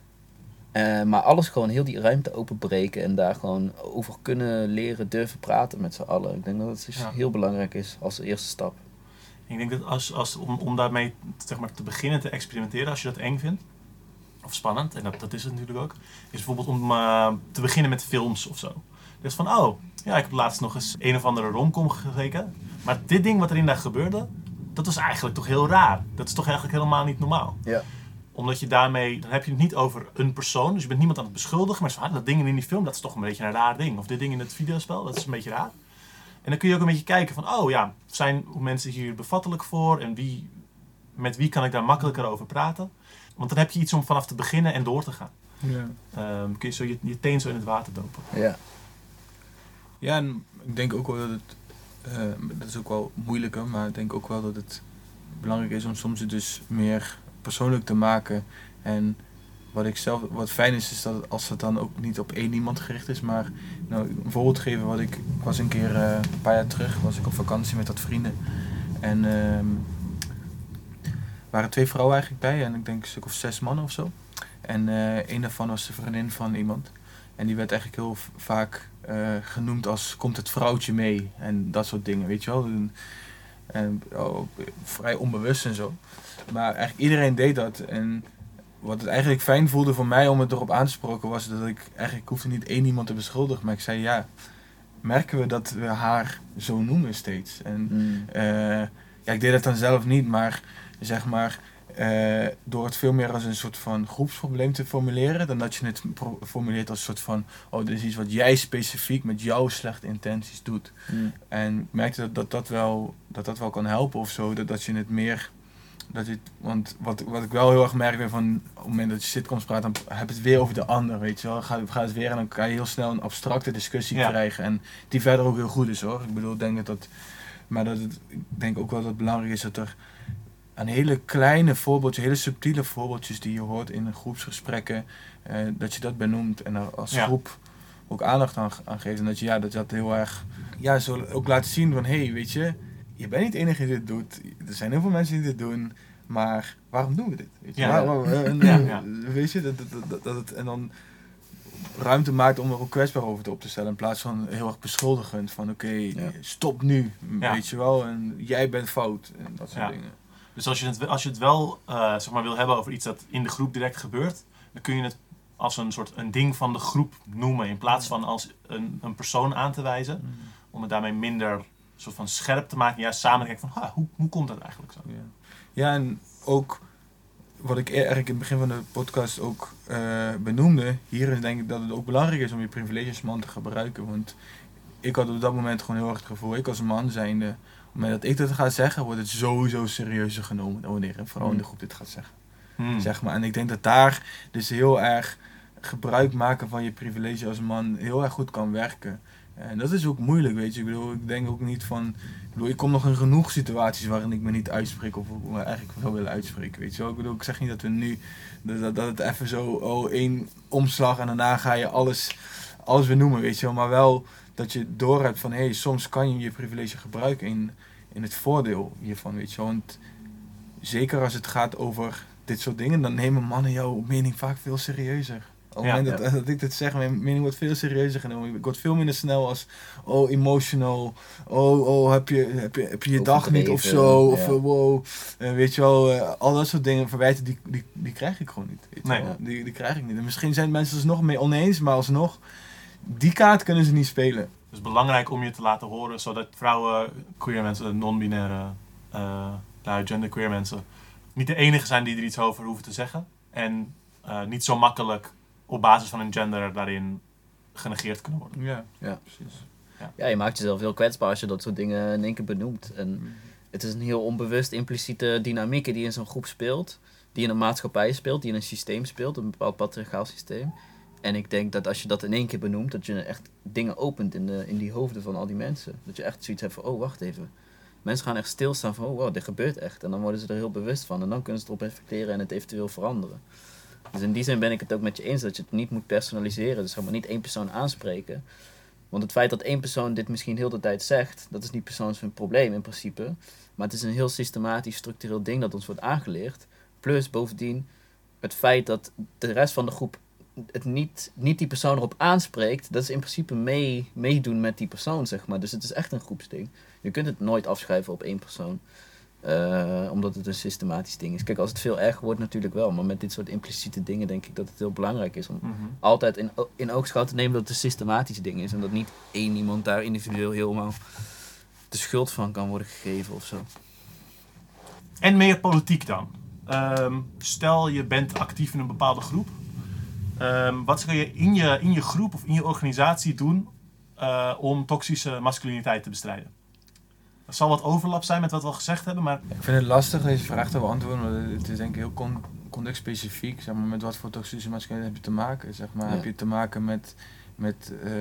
Speaker 2: Uh, maar alles gewoon heel die ruimte openbreken en daar gewoon over kunnen leren, durven praten met z'n allen. Ik denk dat het dus
Speaker 1: Ja.
Speaker 2: heel belangrijk is als eerste stap.
Speaker 1: Ik denk dat als, als, om, om daarmee zeg maar, te beginnen te experimenteren, als je dat eng vindt, of spannend, en dat, dat is het natuurlijk ook, is bijvoorbeeld om uh, te beginnen met films of zo. Dus van, oh, ja, ik heb laatst nog eens een of andere romcom gekeken, maar dit ding wat er in daar gebeurde, dat was eigenlijk toch heel raar. Dat is toch eigenlijk helemaal niet normaal.
Speaker 2: Ja.
Speaker 1: Omdat je daarmee, dan heb je het niet over een persoon, dus je bent niemand aan het beschuldigen, maar van, ah, dat ding in die film, dat is toch een beetje een raar ding. Of dit ding in het videospel, dat is een beetje raar. En dan kun je ook een beetje kijken van, oh ja, zijn mensen hier bevattelijk voor en wie, met wie kan ik daar makkelijker over praten? Want dan heb je iets om vanaf te beginnen en door te gaan.
Speaker 3: Ja.
Speaker 1: Um, kun je zo je, je teen zo in het water dopen.
Speaker 2: Ja.
Speaker 3: Ja, en ik denk ook wel dat het, uh, dat is ook wel moeilijker, maar ik denk ook wel dat het belangrijk is om soms het dus meer persoonlijk te maken. En wat ik zelf, wat fijn is, is dat als het dan ook niet op één iemand gericht is, maar nou, een voorbeeld geven, wat ik, ik was een keer, uh, een paar jaar terug, was ik op vakantie met wat vrienden. En er uh, waren twee vrouwen eigenlijk bij en ik denk een stuk of zes mannen of zo. En uh, een daarvan was de vriendin van iemand. En die werd eigenlijk heel v- vaak uh, genoemd als komt het vrouwtje mee en dat soort dingen, weet je wel. En, en, oh, vrij onbewust en zo. Maar eigenlijk iedereen deed dat. En wat het eigenlijk fijn voelde voor mij om het erop aan te spreken was dat ik eigenlijk hoefde niet één iemand te beschuldigen. Maar ik zei ja, merken we dat we haar zo noemen steeds. En
Speaker 2: Mm.
Speaker 3: uh, ja, ik deed dat dan zelf niet, maar zeg maar uh, door het veel meer als een soort van groepsprobleem te formuleren, dan dat je het pro- formuleert als een soort van, oh, dit is iets wat jij specifiek met jouw slechte intenties doet.
Speaker 2: Mm.
Speaker 3: En ik merkte dat dat, dat, wel, dat dat wel kan helpen of zo, dat, dat je het meer, dat je het, want wat, wat ik wel heel erg merk weer van, op het moment dat je sitcoms praat, dan heb je het weer over de ander, weet je wel. Gaat ga het weer en dan kan je heel snel een abstracte discussie ja. krijgen en die verder ook heel goed is hoor. Ik bedoel, ik denk dat dat, maar dat het, ik denk ook wel dat het belangrijk is dat er een hele kleine voorbeeldje, hele subtiele voorbeeldjes die je hoort in groepsgesprekken, uh, dat je dat benoemt en er als ja. groep ook aandacht aan, aan geeft. En dat je ja, dat, dat heel erg, ja, zo ook laat zien van, hé, hey, weet je, je bent niet de enige die dit doet. Er zijn heel veel mensen die dit doen, maar waarom doen we dit? Weet je,
Speaker 1: ja.
Speaker 3: Waar, waar, en, ja, ja. Weet je, dat, dat, dat, dat het, en dan ruimte maakt om er ook kwetsbaar over te op te stellen, in plaats van heel erg beschuldigend van, oké, okay, ja. stop nu, ja. weet je wel, en jij bent fout, en dat soort ja. dingen.
Speaker 1: Dus als je het, als je het wel uh, zeg maar wil hebben over iets dat in de groep direct gebeurt, dan kun je het als een soort een ding van de groep noemen, in plaats van als een, een persoon aan te wijzen, mm. om het daarmee minder soort van scherp te maken, juist samen te kijken van, ha, hoe, hoe komt dat eigenlijk zo?
Speaker 3: Ja. ja, en ook wat ik eigenlijk in het begin van de podcast ook uh, benoemde, hierin denk ik dat het ook belangrijk is om je privileges man te gebruiken, want ik had op dat moment gewoon heel erg het gevoel, ik als man zijnde, op het moment dat ik dit ga zeggen, wordt het sowieso serieuzer genomen dan wanneer een vrouw in de groep dit gaat zeggen. Hmm. Zeg maar. En ik denk dat daar dus heel erg gebruik maken van je privilege als man heel erg goed kan werken. En dat is ook moeilijk, weet je. Ik bedoel, ik denk ook niet van, ik bedoel, ik kom nog in genoeg situaties waarin ik me niet uitspreek of me eigenlijk wel wil uitspreken, weet je wel. Ik bedoel, ik zeg niet dat we nu, dat, dat het even zo, oh, één omslag en daarna ga je alles, alles weer noemen, weet je wel. Maar wel dat je door hebt van, hé, hey, soms kan je je privilege gebruiken in, in het voordeel hiervan, weet je wel. Want zeker als het gaat over dit soort dingen, dan nemen mannen jouw mening vaak veel serieuzer. Op het ja, moment dat, ja. dat ik dit zeg, mijn mening wordt veel serieuzer genomen. Ik word veel minder snel als, oh, emotional, oh, oh, heb je heb je, heb je, je dag niet of zo, ja. of uh, wow, uh, weet je wel, uh, al dat soort dingen, verwijten, die, die, die krijg ik gewoon niet. Weet je nee. wel? Die, die krijg ik niet. En misschien zijn mensen er nog mee oneens, maar alsnog, die kaart kunnen ze niet spelen.
Speaker 1: Het is belangrijk om je te laten horen, zodat vrouwen, queer mensen, non-binaire, uh, genderqueer mensen, niet de enige zijn die er iets over hoeven te zeggen. En uh, niet zo makkelijk op basis van een gender daarin genegeerd kunnen worden.
Speaker 3: Ja, ja precies.
Speaker 2: Ja. ja, je maakt jezelf heel kwetsbaar als je dat soort dingen in één keer benoemt. En mm. het is een heel onbewust impliciete dynamiek die in zo'n groep speelt, die in een maatschappij speelt, die in een systeem speelt, een bepaald patriarchaal systeem. En ik denk dat als je dat in één keer benoemt, dat je echt dingen opent in, de, in die hoofden van al die mensen. Dat je echt zoiets hebt van, oh, wacht even. Mensen gaan echt stilstaan van, oh, wow, dit gebeurt echt. En dan worden ze er heel bewust van. En dan kunnen ze erop reflecteren en het eventueel veranderen. Dus in die zin ben ik het ook met je eens dat je het niet moet personaliseren. Dus zeg maar niet één persoon aanspreken. Want het feit dat één persoon dit misschien heel de tijd zegt, dat is niet persoons hun probleem in principe. Maar het is een heel systematisch, structureel ding dat ons wordt aangeleerd. Plus bovendien het feit dat de rest van de groep het niet, niet die persoon erop aanspreekt, dat is in principe mee, meedoen met die persoon, zeg maar. Dus het is echt een groepsding. Je kunt het nooit afschuiven op één persoon. Uh, omdat het een systematisch ding is. Kijk, als het veel erger wordt natuurlijk wel. Maar met dit soort impliciete dingen denk ik dat het heel belangrijk is om mm-hmm. altijd in, in oogschouw te nemen dat het een systematisch ding is. En dat niet één iemand daar individueel helemaal de schuld van kan worden gegeven of zo.
Speaker 1: En meer politiek dan. Um, stel je bent actief in een bepaalde groep. Um, wat zou je in, je in je groep of in je organisatie doen uh, om toxische masculiniteit te bestrijden? Er zal wat overlap zijn met wat we al gezegd hebben, maar...
Speaker 3: Ik vind het lastig deze vraag te beantwoorden, want het is denk ik heel con- contextspecifiek. Zeg maar, met wat voor toxische masculiniteit heb je te maken? Zeg maar, ja. Heb je te maken met, met, uh,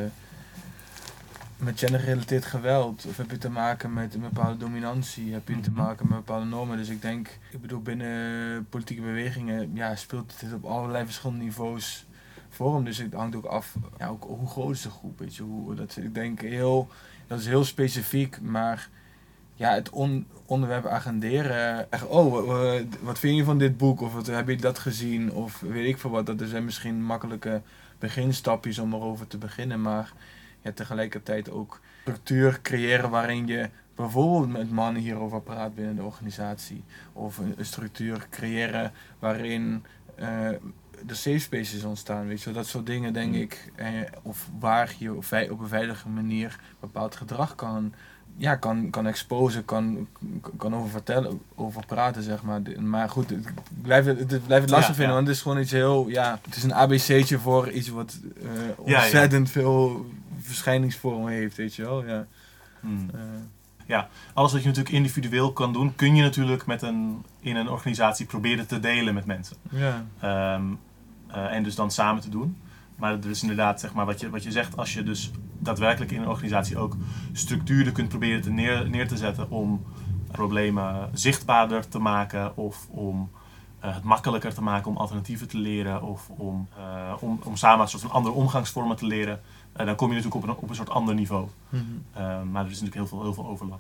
Speaker 3: met gendergerelateerd geweld? Of heb je te maken met een bepaalde dominantie? Heb je mm-hmm. te maken met bepaalde normen? Dus ik denk, ik bedoel, binnen politieke bewegingen ja, speelt dit op allerlei verschillende niveaus vorm. Dus het hangt ook af, ja, ook, hoe groot is de groep, weet je? Hoe, dat, ik denk heel... Dat is heel specifiek, maar ja, het on- onderwerp agenderen. Echt, oh, wat vind je van dit boek? Of wat, heb je dat gezien? Of weet ik veel wat. Dat zijn misschien makkelijke beginstapjes om erover te beginnen. Maar ja, tegelijkertijd ook structuur creëren waarin je bijvoorbeeld met mannen hierover praat binnen de organisatie. Of een, een structuur creëren waarin uh, de safe spaces ontstaan. Weet je, dat soort dingen denk ik. Eh, of waar je op, op een veilige manier bepaald gedrag kan, ja, kan, kan exposen, kan, kan over vertellen, over praten, zeg maar. Maar goed, ik blijf het, het, blijf het lastig ja, vinden, ja. want het is gewoon iets heel, ja, het is een A B C'tje voor iets wat uh, ontzettend ja, ja. veel verschijningsvormen heeft, weet je wel. Ja.
Speaker 1: Hmm. Uh, Ja, alles wat je natuurlijk individueel kan doen, kun je natuurlijk met een, in een organisatie proberen te delen met mensen.
Speaker 3: Ja.
Speaker 1: Um, uh, en dus dan samen te doen. Maar er is inderdaad, zeg maar, wat je, wat je zegt, als je dus daadwerkelijk in een organisatie ook structuren kunt proberen te neer, neer te zetten om problemen zichtbaarder te maken of om uh, het makkelijker te maken om alternatieven te leren of om, uh, om, om samen een soort van andere omgangsvormen te leren. Uh, dan kom je natuurlijk op een, op een soort ander niveau.
Speaker 3: Mm-hmm.
Speaker 1: Uh, maar er is natuurlijk heel veel, heel veel overlap.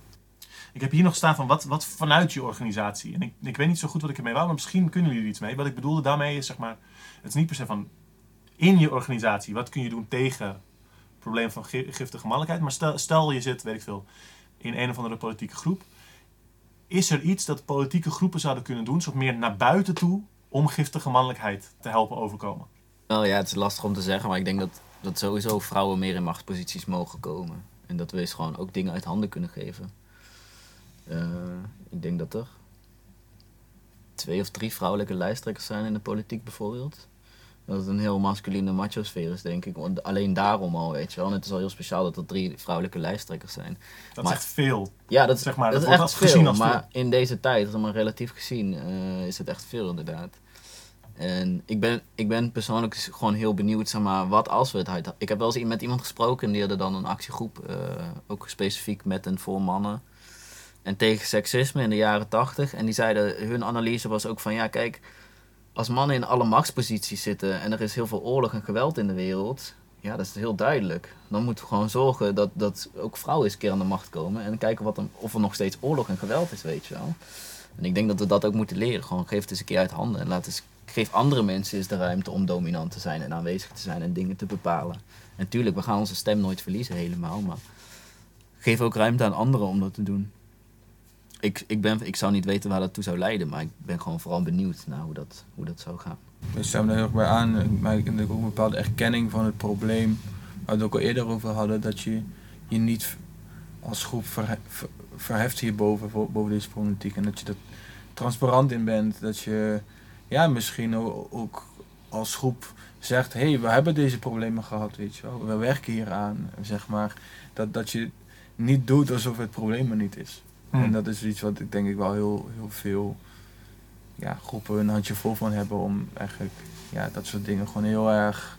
Speaker 1: Ik heb hier nog staan van wat, wat vanuit je organisatie. En ik, ik weet niet zo goed wat ik ermee wou, maar misschien kunnen jullie er iets mee. Wat ik bedoelde daarmee is, zeg maar, het is niet per se van in je organisatie. Wat kun je doen tegen het probleem van giftige mannelijkheid? Maar stel, stel je zit, weet ik veel, in een of andere politieke groep. Is er iets dat politieke groepen zouden kunnen doen, soort meer naar buiten toe, om giftige mannelijkheid te helpen overkomen?
Speaker 2: Nou ja, het is lastig om te zeggen, maar ik denk dat dat sowieso vrouwen meer in machtsposities mogen komen. En dat we eens gewoon ook dingen uit handen kunnen geven. Uh, ik denk dat er twee of drie vrouwelijke lijsttrekkers zijn in de politiek bijvoorbeeld. Dat het een heel masculine macho-sfeer is, denk ik. Want alleen daarom al, weet je wel. En het is al heel speciaal dat er drie vrouwelijke lijsttrekkers zijn.
Speaker 1: Dat
Speaker 2: maar,
Speaker 1: is echt veel.
Speaker 2: Ja, dat,
Speaker 1: zeg maar,
Speaker 2: dat,
Speaker 1: dat
Speaker 2: is
Speaker 1: wordt
Speaker 2: echt
Speaker 1: gezien
Speaker 2: veel.
Speaker 1: als
Speaker 2: Maar
Speaker 1: veel.
Speaker 2: in deze tijd, maar relatief gezien, uh, is het echt veel inderdaad. En ik ben, ik ben persoonlijk gewoon heel benieuwd, zeg maar, wat als we het uit... Ik heb wel eens met iemand gesproken en die hadden dan een actiegroep, uh, ook specifiek met en voor mannen. En tegen seksisme in de jaren tachtig. En die zeiden, hun analyse was ook van, ja kijk, als mannen in alle machtsposities zitten en er is heel veel oorlog en geweld in de wereld, ja, dat is heel duidelijk. Dan moeten we gewoon zorgen dat, dat ook vrouwen eens een keer aan de macht komen en kijken wat er, of er nog steeds oorlog en geweld is, weet je wel. En ik denk dat we dat ook moeten leren. Gewoon geef het eens een keer uit handen en laat eens, geef andere mensen eens de ruimte om dominant te zijn en aanwezig te zijn en dingen te bepalen. En tuurlijk, we gaan onze stem nooit verliezen helemaal, maar geef ook ruimte aan anderen om dat te doen. Ik, ik, ben, ik zou niet weten waar dat toe zou leiden, maar ik ben gewoon vooral benieuwd naar hoe dat, hoe dat zou gaan.
Speaker 3: Ik sluit me daar heel erg bij aan, maar ik denk ook een bepaalde erkenning van het probleem, waar we het ook al eerder over hadden, dat je je niet als groep verhe, ver, verheft hierboven, boven deze problematiek, en dat je er transparant in bent, dat je ja, misschien ook als groep zegt, hé, hey, we hebben deze problemen gehad, weet je wel, we werken hier aan, zeg maar, dat, dat je niet doet alsof het probleem er niet is. Hmm. En dat is iets wat ik denk ik wel heel, heel veel ja, groepen een handje vol van hebben om eigenlijk ja, dat soort dingen gewoon heel erg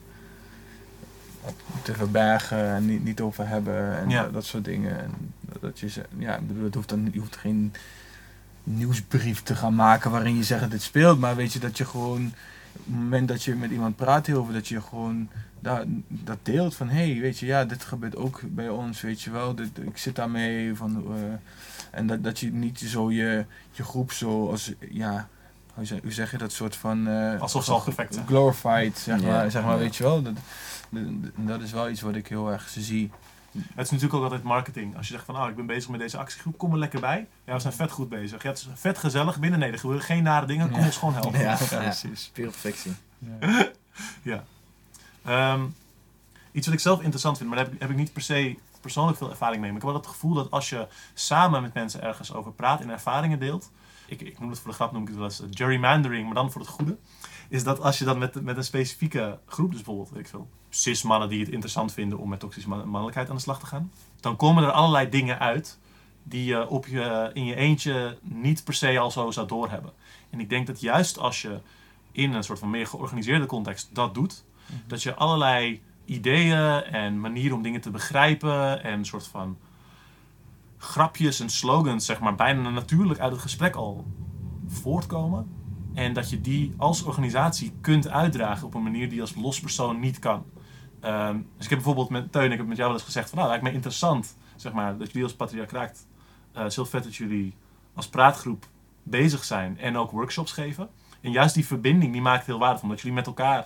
Speaker 3: te verbergen en niet, niet over hebben en
Speaker 1: ja.
Speaker 3: dat, dat soort dingen. En dat je, ja, ik bedoel, het hoeft dan, je hoeft geen nieuwsbrief te gaan maken waarin je zegt dat dit speelt, maar weet je dat je gewoon, op het moment dat je met iemand praat hierover, dat je gewoon dat, dat deelt van, hé, hey, weet je, ja, dit gebeurt ook bij ons, weet je wel, dit, ik zit daarmee van, uh, en dat, dat je niet zo je, je groep zo als, ja, hoe zeg, hoe zeg je dat soort van, uh,
Speaker 1: alsof ze al perfect zijn.
Speaker 3: Glorified, zeg maar,
Speaker 2: ja,
Speaker 3: zeg maar
Speaker 2: ja.
Speaker 3: weet je wel, dat, dat, dat is wel iets wat ik heel erg zie.
Speaker 1: Het is natuurlijk ook altijd marketing. Als je zegt van, oh, ik ben bezig met deze actiegroep, kom er lekker bij. Ja, we zijn vet goed bezig. Ja, het is vet gezellig binnen. Nee, er gebeuren geen nare dingen. Kom
Speaker 3: ja.
Speaker 1: ons gewoon helpen.
Speaker 2: Ja,
Speaker 3: Ja,
Speaker 2: ja,
Speaker 3: precies.
Speaker 2: pure perfectie.
Speaker 3: Ja.
Speaker 1: ja. Um, iets wat ik zelf interessant vind, maar daar heb ik, heb ik niet per se persoonlijk veel ervaring mee. Maar ik heb wel het gevoel dat als je samen met mensen ergens over praat en ervaringen deelt, ik, ik noem het voor de grap, noem ik het wel eens gerrymandering, maar dan voor het goede, is dat als je dan met, met een specifieke groep, dus bijvoorbeeld, weet ik veel, cis-mannen die het interessant vinden om met toxische mannelijkheid aan de slag te gaan, dan komen er allerlei dingen uit die je, op je in je eentje niet per se al zo zou doorhebben. En ik denk dat juist als je in een soort van meer georganiseerde context dat doet, mm-hmm. dat je allerlei ideeën en manieren om dingen te begrijpen en een soort van grapjes en slogans, zeg maar, bijna natuurlijk uit het gesprek al voortkomen. En dat je die als organisatie kunt uitdragen op een manier die je als los persoon niet kan. Um, dus ik heb bijvoorbeeld met Teun, ik heb met jou wel eens gezegd van, nou, lijkt me interessant, zeg maar, dat jullie als Patriarkraat, uh, het is heel vet dat jullie als praatgroep bezig zijn en ook workshops geven. En juist die verbinding, die maakt het heel waardevol, omdat jullie met elkaar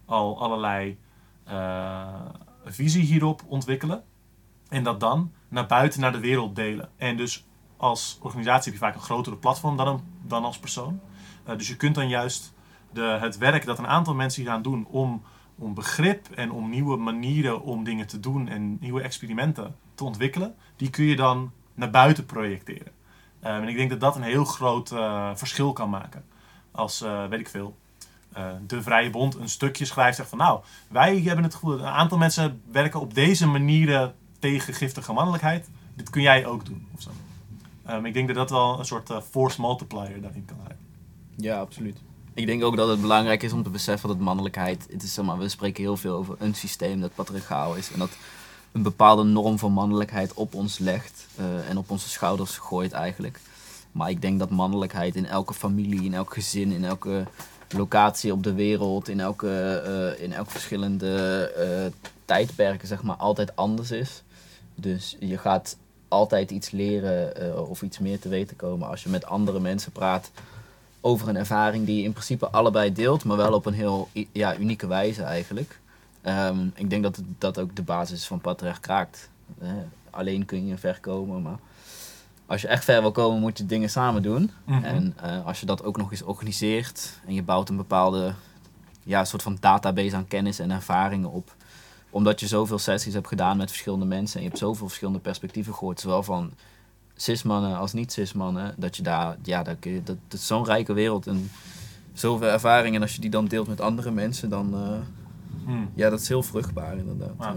Speaker 1: al allerlei uh, visie hierop ontwikkelen. En dat dan naar buiten, naar de wereld delen. En dus als organisatie heb je vaak een grotere platform dan, een, dan als persoon. Uh, dus je kunt dan juist de, het werk dat een aantal mensen hier aan doen om, om begrip en om nieuwe manieren om dingen te doen en nieuwe experimenten te ontwikkelen, die kun je dan naar buiten projecteren. Uh, en ik denk dat dat een heel groot uh, verschil kan maken. Als, uh, weet ik veel, uh, de Vrije Bond een stukje schrijft, zegt van nou, wij hebben het gevoel dat een aantal mensen werken op deze manieren tegen giftige mannelijkheid. Dit kun jij ook doen. Of zo. Um, ik denk dat dat wel een soort uh, force multiplier daarin kan zijn.
Speaker 2: Ja, absoluut. Ik denk ook dat het belangrijk is om te beseffen dat mannelijkheid, het is, zeg maar, we spreken heel veel over een systeem dat patriarchaal is en dat een bepaalde norm van mannelijkheid op ons legt uh, en op onze schouders gooit eigenlijk. Maar ik denk dat mannelijkheid in elke familie, in elk gezin, in elke locatie op de wereld, in elke, uh, in elk verschillende uh, tijdperken, zeg maar, altijd anders is. Dus je gaat altijd iets leren uh, of iets meer te weten komen als je met andere mensen praat over een ervaring die je in principe allebei deelt, maar wel op een heel ja, unieke wijze eigenlijk. Um, ik denk dat het, dat ook de basis van Patriarch Kraakt. Uh, alleen kun je ver komen, maar als je echt ver wil komen moet je dingen samen doen. Mm-hmm. En uh, als je dat ook nog eens organiseert en je bouwt een bepaalde ja, soort van database aan kennis en ervaringen op, omdat je zoveel sessies hebt gedaan met verschillende mensen en je hebt zoveel verschillende perspectieven gehoord, zowel van cis-mannen als niet-cis-mannen, dat je daar, ja, daar kun je, dat, dat is zo'n rijke wereld en zoveel ervaringen en als je die dan deelt met andere mensen, dan uh, hmm. ja, dat is heel vruchtbaar inderdaad.
Speaker 3: Ja.
Speaker 2: Ja.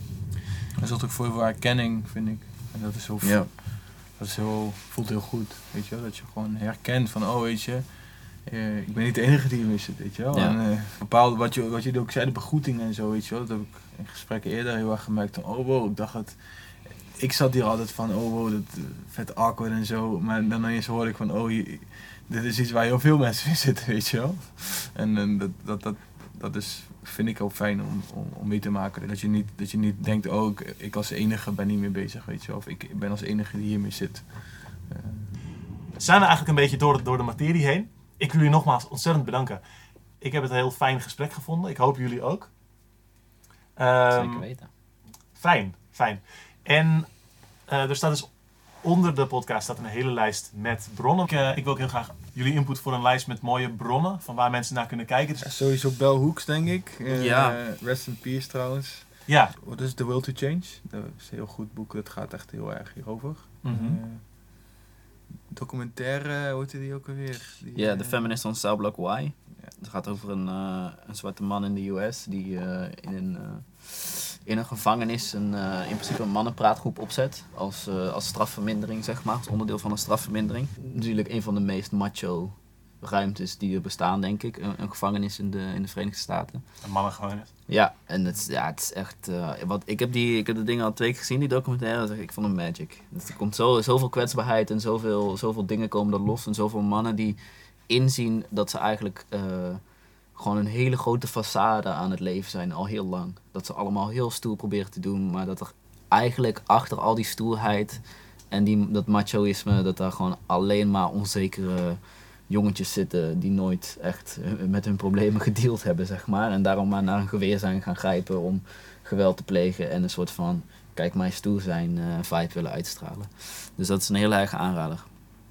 Speaker 3: Dat zorgt ook voor herkenning, vind ik. En dat is heel,
Speaker 2: ja.
Speaker 3: dat is heel, voelt heel goed, weet je wel, dat je gewoon herkent van, oh, weet je, uh, ik ben niet de enige die hiermee zit, weet je wel. Ja. En uh, bepaald, wat je, wat je ook zei, de begroeting en zo, weet je wel, dat heb ik in gesprekken eerder heel erg gemerkt van, oh wow, ik dacht het, ik zat hier altijd van, oh wow, dat uh, vet awkward en zo, maar dan ineens hoorde ik van, oh, hier, dit is iets waar heel veel mensen in zitten, weet je wel. En uh, dat, dat, dat, dat is, vind ik ook fijn om, om, om mee te maken, dat je niet, dat je niet denkt, oh, ik, ik als enige ben niet meer bezig, weet je wel, of ik ben als enige die hiermee zit. Uh.
Speaker 1: Zijn we eigenlijk een beetje door, door de materie heen. Ik wil jullie nogmaals ontzettend bedanken. Ik heb het een heel fijn gesprek gevonden, ik hoop jullie ook.
Speaker 2: Um, Zeker weten.
Speaker 1: Fijn, fijn. En uh, er staat dus onder de podcast staat een hele lijst met bronnen. Ik, uh, ik wil ook heel graag jullie input voor een lijst met mooie bronnen, van waar mensen naar kunnen kijken. Dus
Speaker 3: ja, sowieso Bell Hooks, denk ik. Uh,
Speaker 2: ja.
Speaker 3: Rest in peace trouwens.
Speaker 1: Ja.
Speaker 3: What is The Will to Change? Dat is een heel goed boek, dat gaat echt heel erg hierover. Mm-hmm. Uh, documentaire, hoe heet die ook alweer?
Speaker 2: Ja, yeah, The Feminist on Cell Block Y. Ja. Het gaat over een, uh, een zwarte man in de U S die uh, in een... Uh, in een gevangenis een, uh, in principe een mannenpraatgroep opzet als, uh, als strafvermindering, zeg maar, als onderdeel van een strafvermindering. Natuurlijk een van de meest macho ruimtes die er bestaan, denk ik, een, een gevangenis in de, in de Verenigde Staten.
Speaker 1: Een mannengevangenis?
Speaker 2: Ja, en het, ja, het is echt, uh, wat, ik heb die, ik heb de dingen al twee keer gezien, die documentaire, ik vond hem magic. Dus er komt zo, zoveel kwetsbaarheid en zoveel, zoveel dingen komen er los en zoveel mannen die inzien dat ze eigenlijk... Uh, gewoon een hele grote façade aan het leven zijn, al heel lang. Dat ze allemaal heel stoer proberen te doen, maar dat er eigenlijk achter al die stoerheid en die, dat machoïsme, dat daar gewoon alleen maar onzekere jongetjes zitten die nooit echt met hun problemen gedeeld hebben, zeg maar. En daarom maar naar een geweer zijn gaan grijpen om geweld te plegen en een soort van, kijk mij stoer zijn, uh, vibe willen uitstralen. Dus dat is een heel erg aanrader.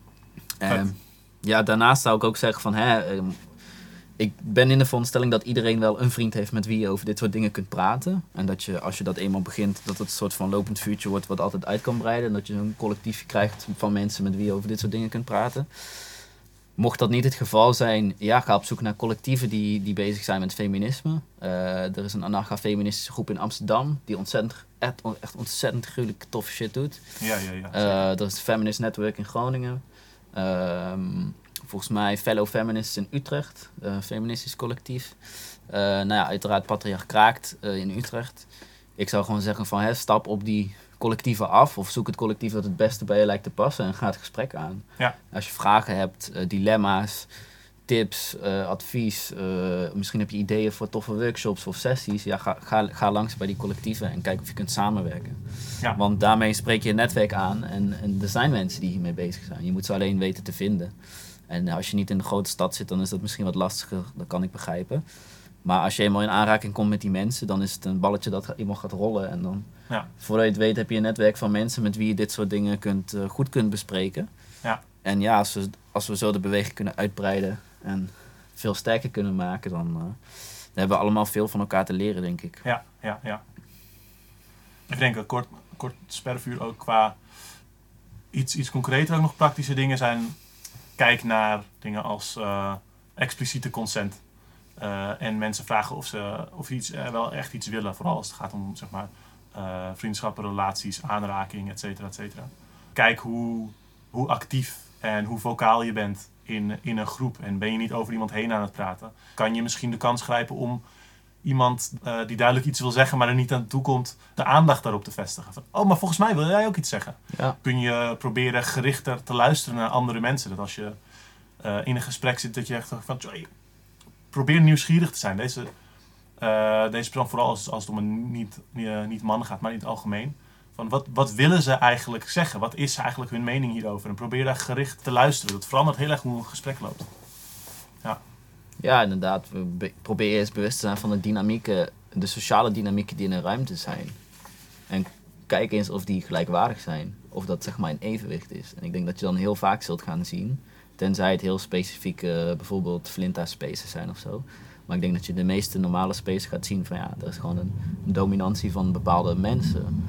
Speaker 2: Um, ja, daarnaast zou ik ook zeggen van, hè, um, ik ben in de veronderstelling dat iedereen wel een vriend heeft met wie je over dit soort dingen kunt praten. En dat je, als je dat eenmaal begint, dat het een soort van lopend vuurtje wordt wat altijd uit kan breiden. En dat je een collectief krijgt van mensen met wie je over dit soort dingen kunt praten. Mocht dat niet het geval zijn, ja, ga op zoek naar collectieven die, die bezig zijn met feminisme. Uh, er is een anarcha-feministische groep in Amsterdam die ontzettend, echt, echt ontzettend gruwelijk toffe shit doet.
Speaker 1: Ja, ja, ja.
Speaker 2: Uh, er is het Feminist Network in Groningen. Uh, Volgens mij Fellow Feminists in Utrecht, uh, feministisch collectief. Uh, nou ja, uiteraard Patriarch Kraakt uh, in Utrecht. Ik zou gewoon zeggen van, hè, stap op die collectieven af of zoek het collectief dat het beste bij je lijkt te passen en ga het gesprek aan.
Speaker 1: Ja.
Speaker 2: Als je vragen hebt, uh, dilemma's, tips, uh, advies, uh, misschien heb je ideeën voor toffe workshops of sessies, ja, ga, ga, ga langs bij die collectieven en kijk of je kunt samenwerken.
Speaker 1: Ja.
Speaker 2: Want daarmee spreek je een netwerk aan en, en er zijn mensen die hiermee bezig zijn. Je moet ze alleen weten te vinden. En als je niet in de grote stad zit, dan is dat misschien wat lastiger. Dat kan ik begrijpen. Maar als je eenmaal in aanraking komt met die mensen, dan is het een balletje dat iemand gaat rollen. En dan,
Speaker 1: Ja.
Speaker 2: voordat je het weet, heb je een netwerk van mensen met wie je dit soort dingen kunt, uh, goed kunt bespreken.
Speaker 1: Ja.
Speaker 2: En ja, als we, als we zo de beweging kunnen uitbreiden en veel sterker kunnen maken, dan, uh, dan hebben we allemaal veel van elkaar te leren, denk ik.
Speaker 1: Ja, ja, ja. Ik denk dat kort, kort spervuur ook qua iets, iets concreter ook nog praktische dingen zijn. Kijk naar dingen als uh, expliciete consent. Uh, en mensen vragen of ze of iets, uh, wel echt iets willen. Vooral als het gaat om zeg maar, uh, vriendschappen, relaties, aanraking, et cetera, et cetera. Kijk hoe, hoe actief en hoe vocaal je bent in, in een groep. En ben je niet over iemand heen aan het praten. Kan je misschien de kans grijpen om iemand uh, die duidelijk iets wil zeggen, maar er niet aan toe komt, de aandacht daarop te vestigen. Van, oh, maar volgens mij wil jij ook iets zeggen.
Speaker 2: Ja.
Speaker 1: Kun je proberen gerichter te luisteren naar andere mensen. Dat als je uh, in een gesprek zit, dat je echt van, hey, probeer nieuwsgierig te zijn. Deze, uh, deze persoon, vooral als, als het om een niet, uh, niet man gaat, maar in het algemeen. Van wat, wat willen ze eigenlijk zeggen? Wat is eigenlijk hun mening hierover? En probeer daar gericht te luisteren. Dat verandert heel erg hoe een gesprek loopt. Ja.
Speaker 2: Ja, inderdaad. We be- proberen eerst bewust te zijn van de dynamieken, de sociale dynamieken die in een ruimte zijn. En kijk eens of die gelijkwaardig zijn. Of dat zeg maar in evenwicht is. En ik denk dat je dan heel vaak zult gaan zien, tenzij het heel specifieke, uh, bijvoorbeeld Flinta spaces zijn of zo. Maar ik denk dat je de meeste normale spaces gaat zien van ja, er is gewoon een, een dominantie van bepaalde mensen.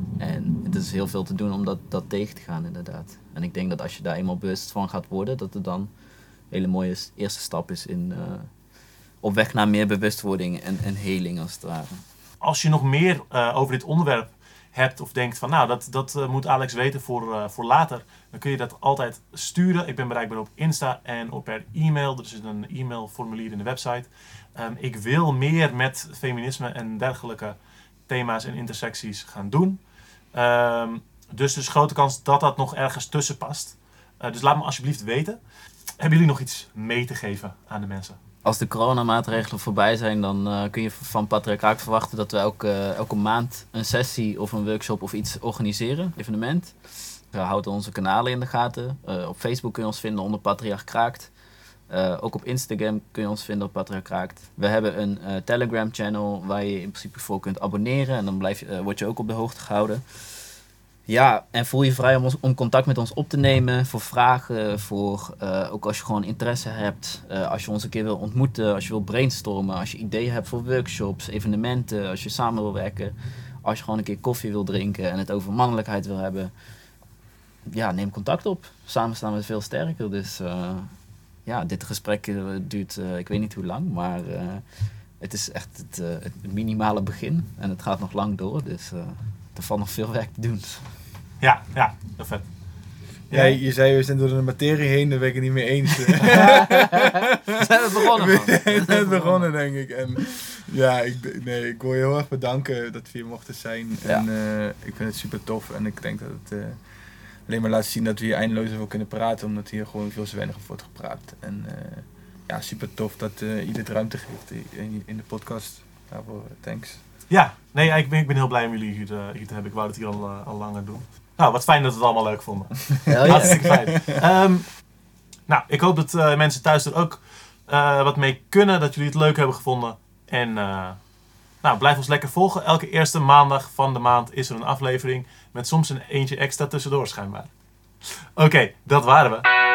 Speaker 2: En het is heel veel te doen om dat, dat tegen te gaan inderdaad. En ik denk dat als je daar eenmaal bewust van gaat worden, dat het dan een hele mooie eerste stap is in, uh, op weg naar meer bewustwording en, en heling als het ware.
Speaker 1: Als je nog meer uh, over dit onderwerp hebt of denkt van nou, dat, dat uh, moet Alex weten voor, uh, voor later, dan kun je dat altijd sturen. Ik ben bereikbaar op Insta en op per e-mail. Er is een e-mailformulier in de website. Um, ik wil meer met feminisme en dergelijke thema's en intersecties gaan doen. Um, dus er is grote kans dat dat nog ergens tussen past. Uh, dus laat me alsjeblieft weten. Hebben jullie nog iets mee te geven aan de mensen?
Speaker 2: Als de coronamaatregelen voorbij zijn, dan uh, kun je van Patriarchaat verwachten dat we elke, uh, elke maand een sessie of een workshop of iets organiseren, evenement. We houden onze kanalen in de gaten. Uh, op Facebook kun je ons vinden onder Patriarchaat. Uh, ook op Instagram kun je ons vinden op Patriarchaat. We hebben een uh, Telegram channel waar je in principe voor kunt abonneren en dan blijf je, uh, word je ook op de hoogte gehouden. Ja, en voel je vrij om, ons, om contact met ons op te nemen voor vragen, voor uh, ook als je gewoon interesse hebt, uh, als je ons een keer wil ontmoeten, als je wil brainstormen, als je ideeën hebt voor workshops, evenementen, als je samen wil werken, als je gewoon een keer koffie wil drinken en het over mannelijkheid wil hebben. Ja, neem contact op. Samen staan we veel sterker, dus uh, ja, dit gesprek uh, duurt uh, ik weet niet hoe lang, maar uh, het is echt het, uh, het minimale begin en het gaat nog lang door, dus uh, er valt nog veel werk te doen.
Speaker 1: Ja, ja, heel vet.
Speaker 3: Ja, je zei we zijn door de materie heen, daar ben ik het niet mee eens.
Speaker 2: We zijn we begonnen, man.
Speaker 3: We zijn net begonnen, denk ik. En ja, ik, nee, ik wil je heel erg bedanken dat we hier mochten zijn.
Speaker 2: Ja.
Speaker 3: En uh, ik vind het super tof en ik denk dat het uh, alleen maar laat zien dat we hier eindeloos over kunnen praten, omdat hier gewoon veel te weinig over wordt gepraat. En uh, ja, super tof dat uh, je dit ruimte geeft in, in de podcast. Daarvoor thanks.
Speaker 1: Ja, nee, ik ben, ik ben heel blij om jullie hier, uh, hier te hebben. Ik wou het hier al, uh, al langer doen. Nou, wat fijn dat we het allemaal leuk vonden.
Speaker 2: Hell
Speaker 1: Hartstikke fijn. Um, nou, ik hoop dat uh, mensen thuis er ook uh, wat mee kunnen. Dat jullie het leuk hebben gevonden. En uh, nou, blijf ons lekker volgen. Elke eerste maandag van de maand is er een aflevering. Met soms een eentje extra tussendoor schijnbaar. Oké, okay, dat waren we.